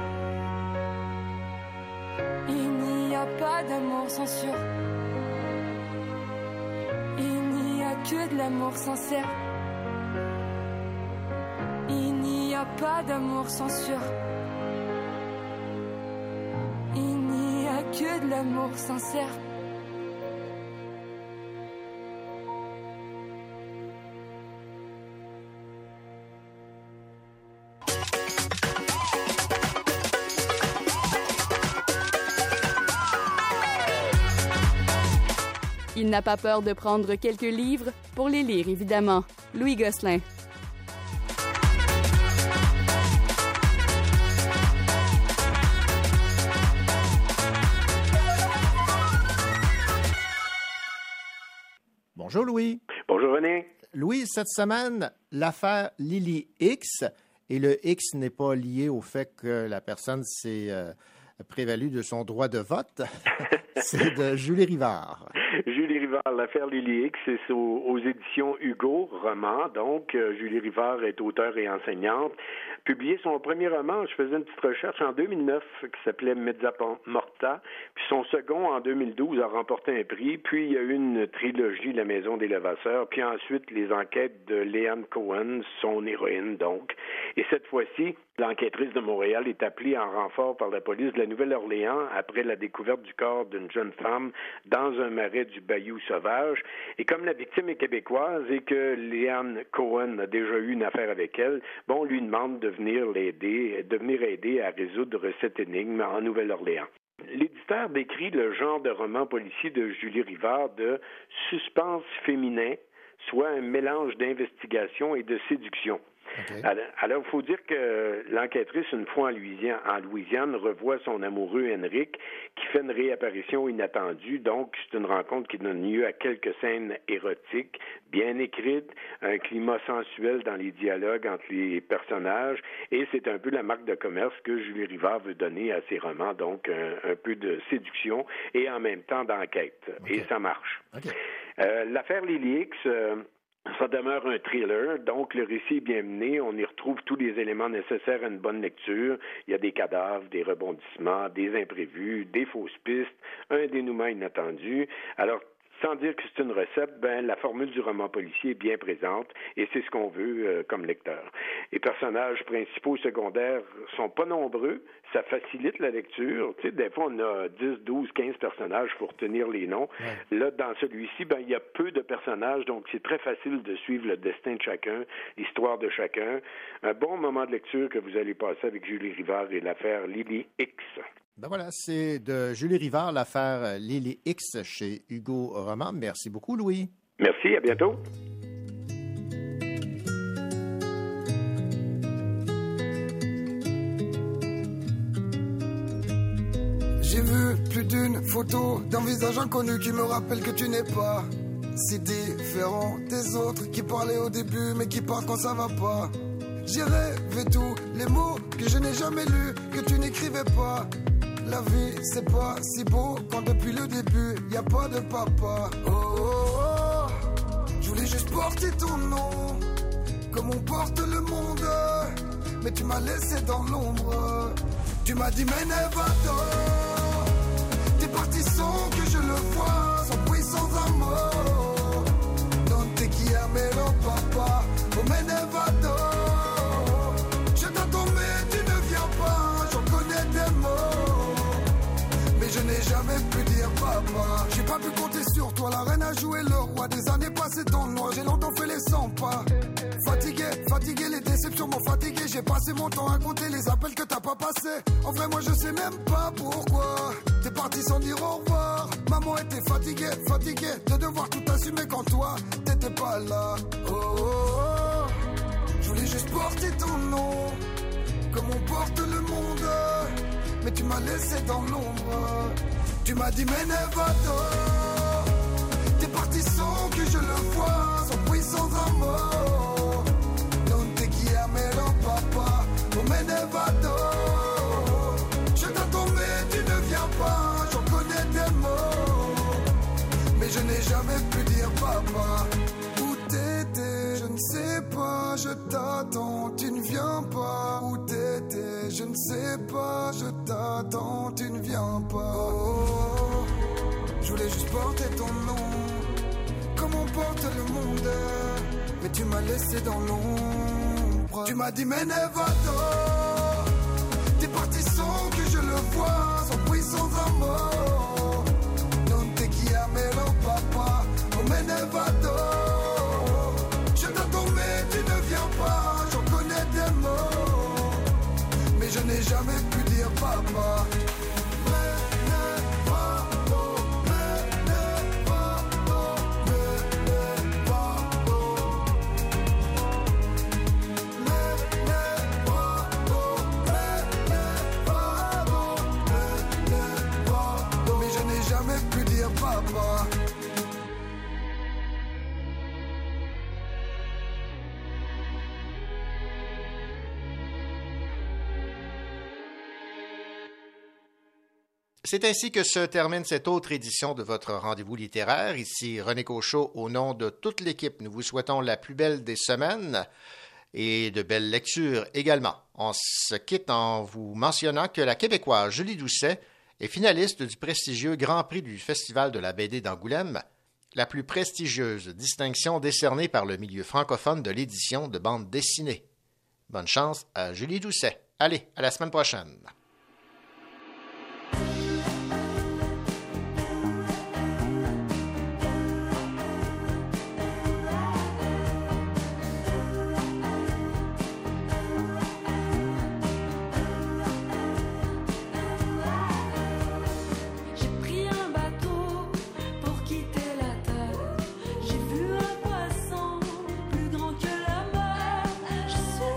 Il n'y a pas d'amour sans sûr. Il n'y a que de l'amour sincère. Il n'y a pas d'amour sans sûr. Il n'y a que de l'amour sincère. Il n'a pas peur de prendre quelques livres pour les lire, évidemment. Louis Gosselin. Bonjour Louis. Bonjour René. Louis, cette semaine, l'affaire Lily X, et le X n'est pas lié au fait que la personne s'est euh, prévalue de son droit de vote, c'est de Julie Rivard. Julie Rivard, l'affaire Lily X, c'est aux, aux éditions Hugo, roman. Donc, euh, Julie Rivard est auteure et enseignante. Publié son premier roman, je faisais une petite recherche en deux mille neuf qui s'appelait Mezza Morta. Puis son second, en deux mille douze, a remporté un prix. Puis il y a eu une trilogie, La Maison des Levasseurs. Puis ensuite, les enquêtes de Leanne Cohen, son héroïne donc. Et cette fois-ci, l'enquêtrice de Montréal est appelée en renfort par la police de la Nouvelle-Orléans après la découverte du corps d'une jeune femme dans un marais du Bayou Sauvage. Et comme la victime est québécoise et que Leanne Cohen a déjà eu une affaire avec elle, bon, on lui demande de venir l'aider, de venir aider à résoudre cette énigme en Nouvelle-Orléans. L'éditeur décrit le genre de roman policier de Julie Rivard de suspense féminin, soit un mélange d'investigation et de séduction. Okay. Alors, il faut dire que l'enquêtrice, une fois en Louisiane, en Louisiane, revoit son amoureux Henrik, qui fait une réapparition inattendue. Donc, c'est une rencontre qui donne lieu à quelques scènes érotiques, bien écrites, un climat sensuel dans les dialogues entre les personnages, et c'est un peu la marque de commerce que Julie Rivard veut donner à ses romans, donc un, un peu de séduction et en même temps d'enquête. Okay. Et ça marche. Okay. Euh, l'affaire Lily X... Euh, Ça demeure un thriller, donc le récit est bien mené. On y retrouve tous les éléments nécessaires à une bonne lecture. Il y a des cadavres, des rebondissements, des imprévus, des fausses pistes, un dénouement inattendu. Alors, sans dire que c'est une recette, ben la formule du roman policier est bien présente et c'est ce qu'on veut euh, comme lecteur. Les personnages principaux et secondaires sont pas nombreux, ça facilite la lecture. Tu sais, des fois, on a dix, douze, quinze personnages pour retenir les noms. Ouais. Là, dans celui-ci, ben il y a peu de personnages, donc c'est très facile de suivre le destin de chacun, l'histoire de chacun. Un bon moment de lecture que vous allez passer avec Julie Rivard et l'affaire Lily X. Ben voilà, c'est de Julie Rivard, l'affaire Lily X chez Hugo Roman. Merci beaucoup, Louis. Merci, à bientôt. J'ai vu plus d'une photo d'un visage inconnu qui me rappelle que tu n'es pas si différent des autres qui parlaient au début mais qui partent quand ça va pas. J'ai rêvé tous les mots que je n'ai jamais lus, que tu n'écrivais pas. La vie, c'est pas si beau quand depuis le début, y a pas de papa. Oh, oh, oh, je voulais juste porter ton nom, comme on porte le monde. Mais tu m'as laissé dans l'ombre. Tu m'as dit, mais Nevada, t'es parti sans que je le vois, sans bruit, sans amour. Non, t'es qui a mais non, papa. Oh, mais Nevada, je t'attends, mais tu ne viens pas. J'en connais des mots. Je n'ai jamais pu dire papa. J'ai pas pu compter sur toi, la reine a joué le roi. Des années passées dans le noir, j'ai longtemps fait les cent pas. Fatigué, fatigué, les déceptions m'ont fatigué. J'ai passé mon temps à compter les appels que t'as pas passés. En vrai, moi je sais même pas pourquoi. T'es parti sans dire au revoir. Maman était fatiguée, fatiguée de devoir tout assumer quand toi t'étais pas là. Oh, oh, oh. Je voulais juste porter ton nom, comme on porte le monde. Mais tu m'as laissé dans l'ombre. Tu m'as dit mais Nevada, t'es parti sans que je le vois, sans bruit, sans amour. Non t'es qui a mais non papa. Oh mais Nevada, je t'attends mais tu ne viens pas. J'en connais des mots, mais je n'ai jamais pu dire papa. Où t'étais, je ne sais pas. Je t'attends, tu ne viens pas. Où t'étais, je ne sais pas. Je t'attends, tu ne viens pas. Oh, je voulais juste porter ton nom, comme on porte le monde. Mais tu m'as laissé dans l'ombre. Tu m'as dit mais Nevada, t'es parti sans que je le vois, sans bruit, sans amour. Non t'es qui a mais non papa. Oh mais Nevada, je t'attends mais tu ne viens pas. J'en connais des mots, mais je n'ai jamais pu dire papa. C'est ainsi que se termine cette autre édition de votre rendez-vous littéraire. Ici René Cochot, au nom de toute l'équipe, nous vous souhaitons la plus belle des semaines et de belles lectures également. On se quitte en vous mentionnant que la Québécoise Julie Doucet est finaliste du prestigieux Grand Prix du Festival de la B D d'Angoulême, la plus prestigieuse distinction décernée par le milieu francophone de l'édition de bande dessinée. Bonne chance à Julie Doucet. Allez, à la semaine prochaine. Je suis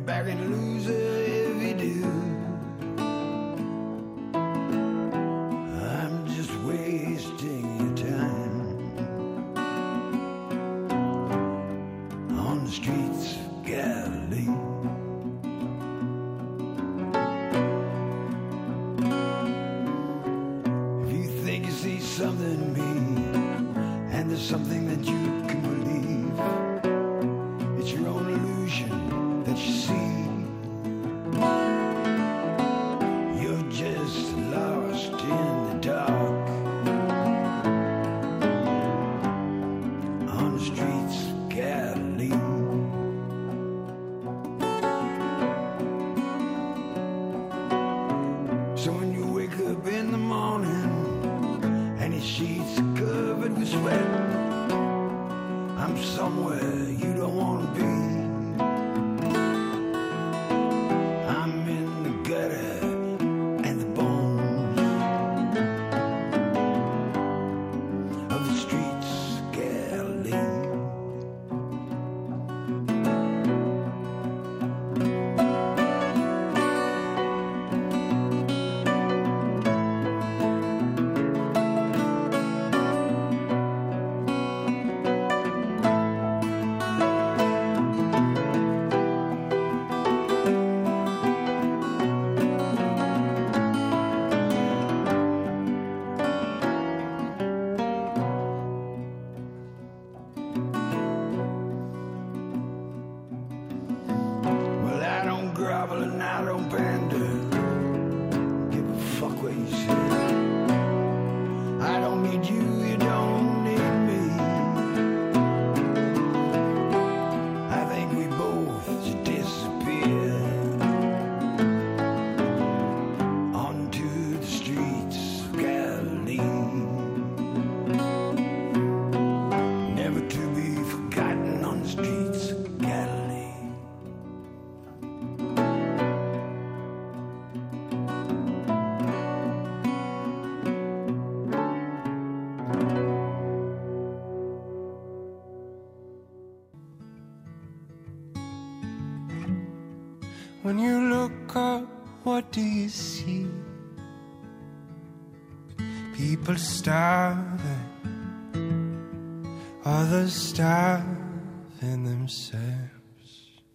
back and lose her if you do. I'm just wasting your time on the streets of Galilee. If you think you see something in me, and there's something that you can believe, it's your own illusion that you see. You're just lost in the dark on the streets of Galilee. So when you wake up in the morning and your sheets are covered with sweat, I'm somewhere you don't want to be. I'm in the gutter and the bones of the streets of Galilee. Well, I don't grovel and I don't pander. Give a fuck what you say. I don't need you, you don't need me. I think we both should disappear onto the streets of Galilee, never to be forgotten on the streets of Galilee. When you look up, what do you see? People starving, others starving themselves.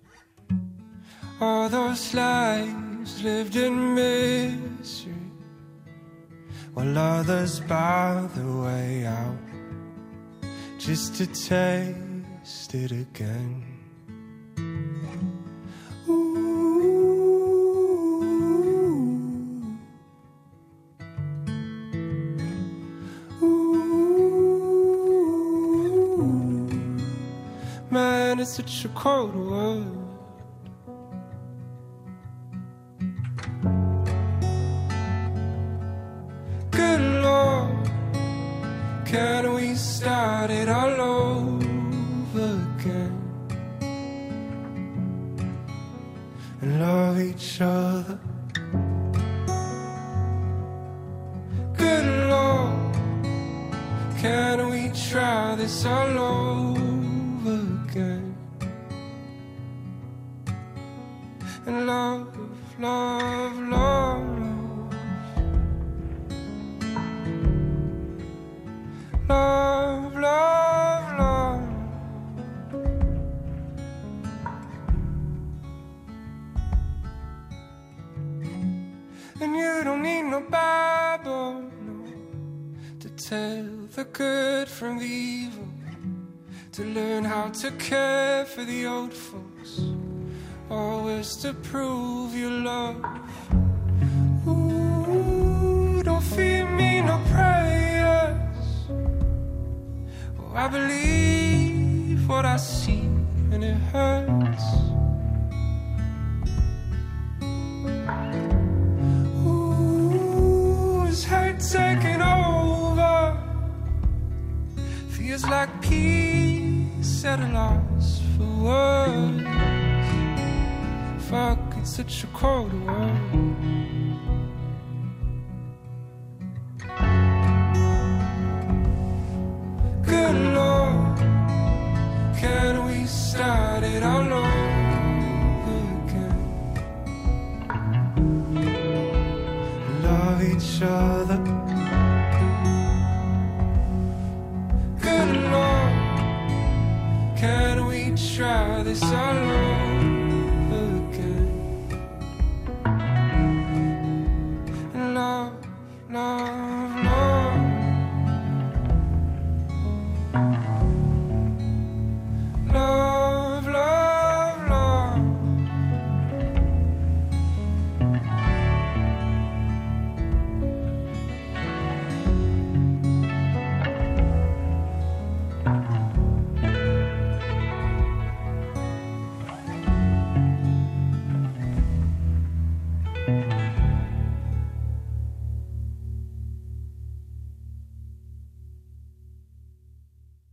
All those lives lived in misery, while others bar their way out just to taste it again. Man, it's such a cold world. Good Lord, can we start it all over again and love each other? Good Lord, can we try this all over again and love, love, love, love, love, love. And you don't need no Bible, no, to tell the good from the evil, to learn how to care for the old folks, always to prove your love. Ooh, don't feed me no prayers. Oh, I believe what I see and it hurts. Ooh, is hurt taking over? Feels like peace at a loss for words. Fuck, it's such a cold world. Good Lord, can we start it all over again? each other. Good Lord, can we try this all over again?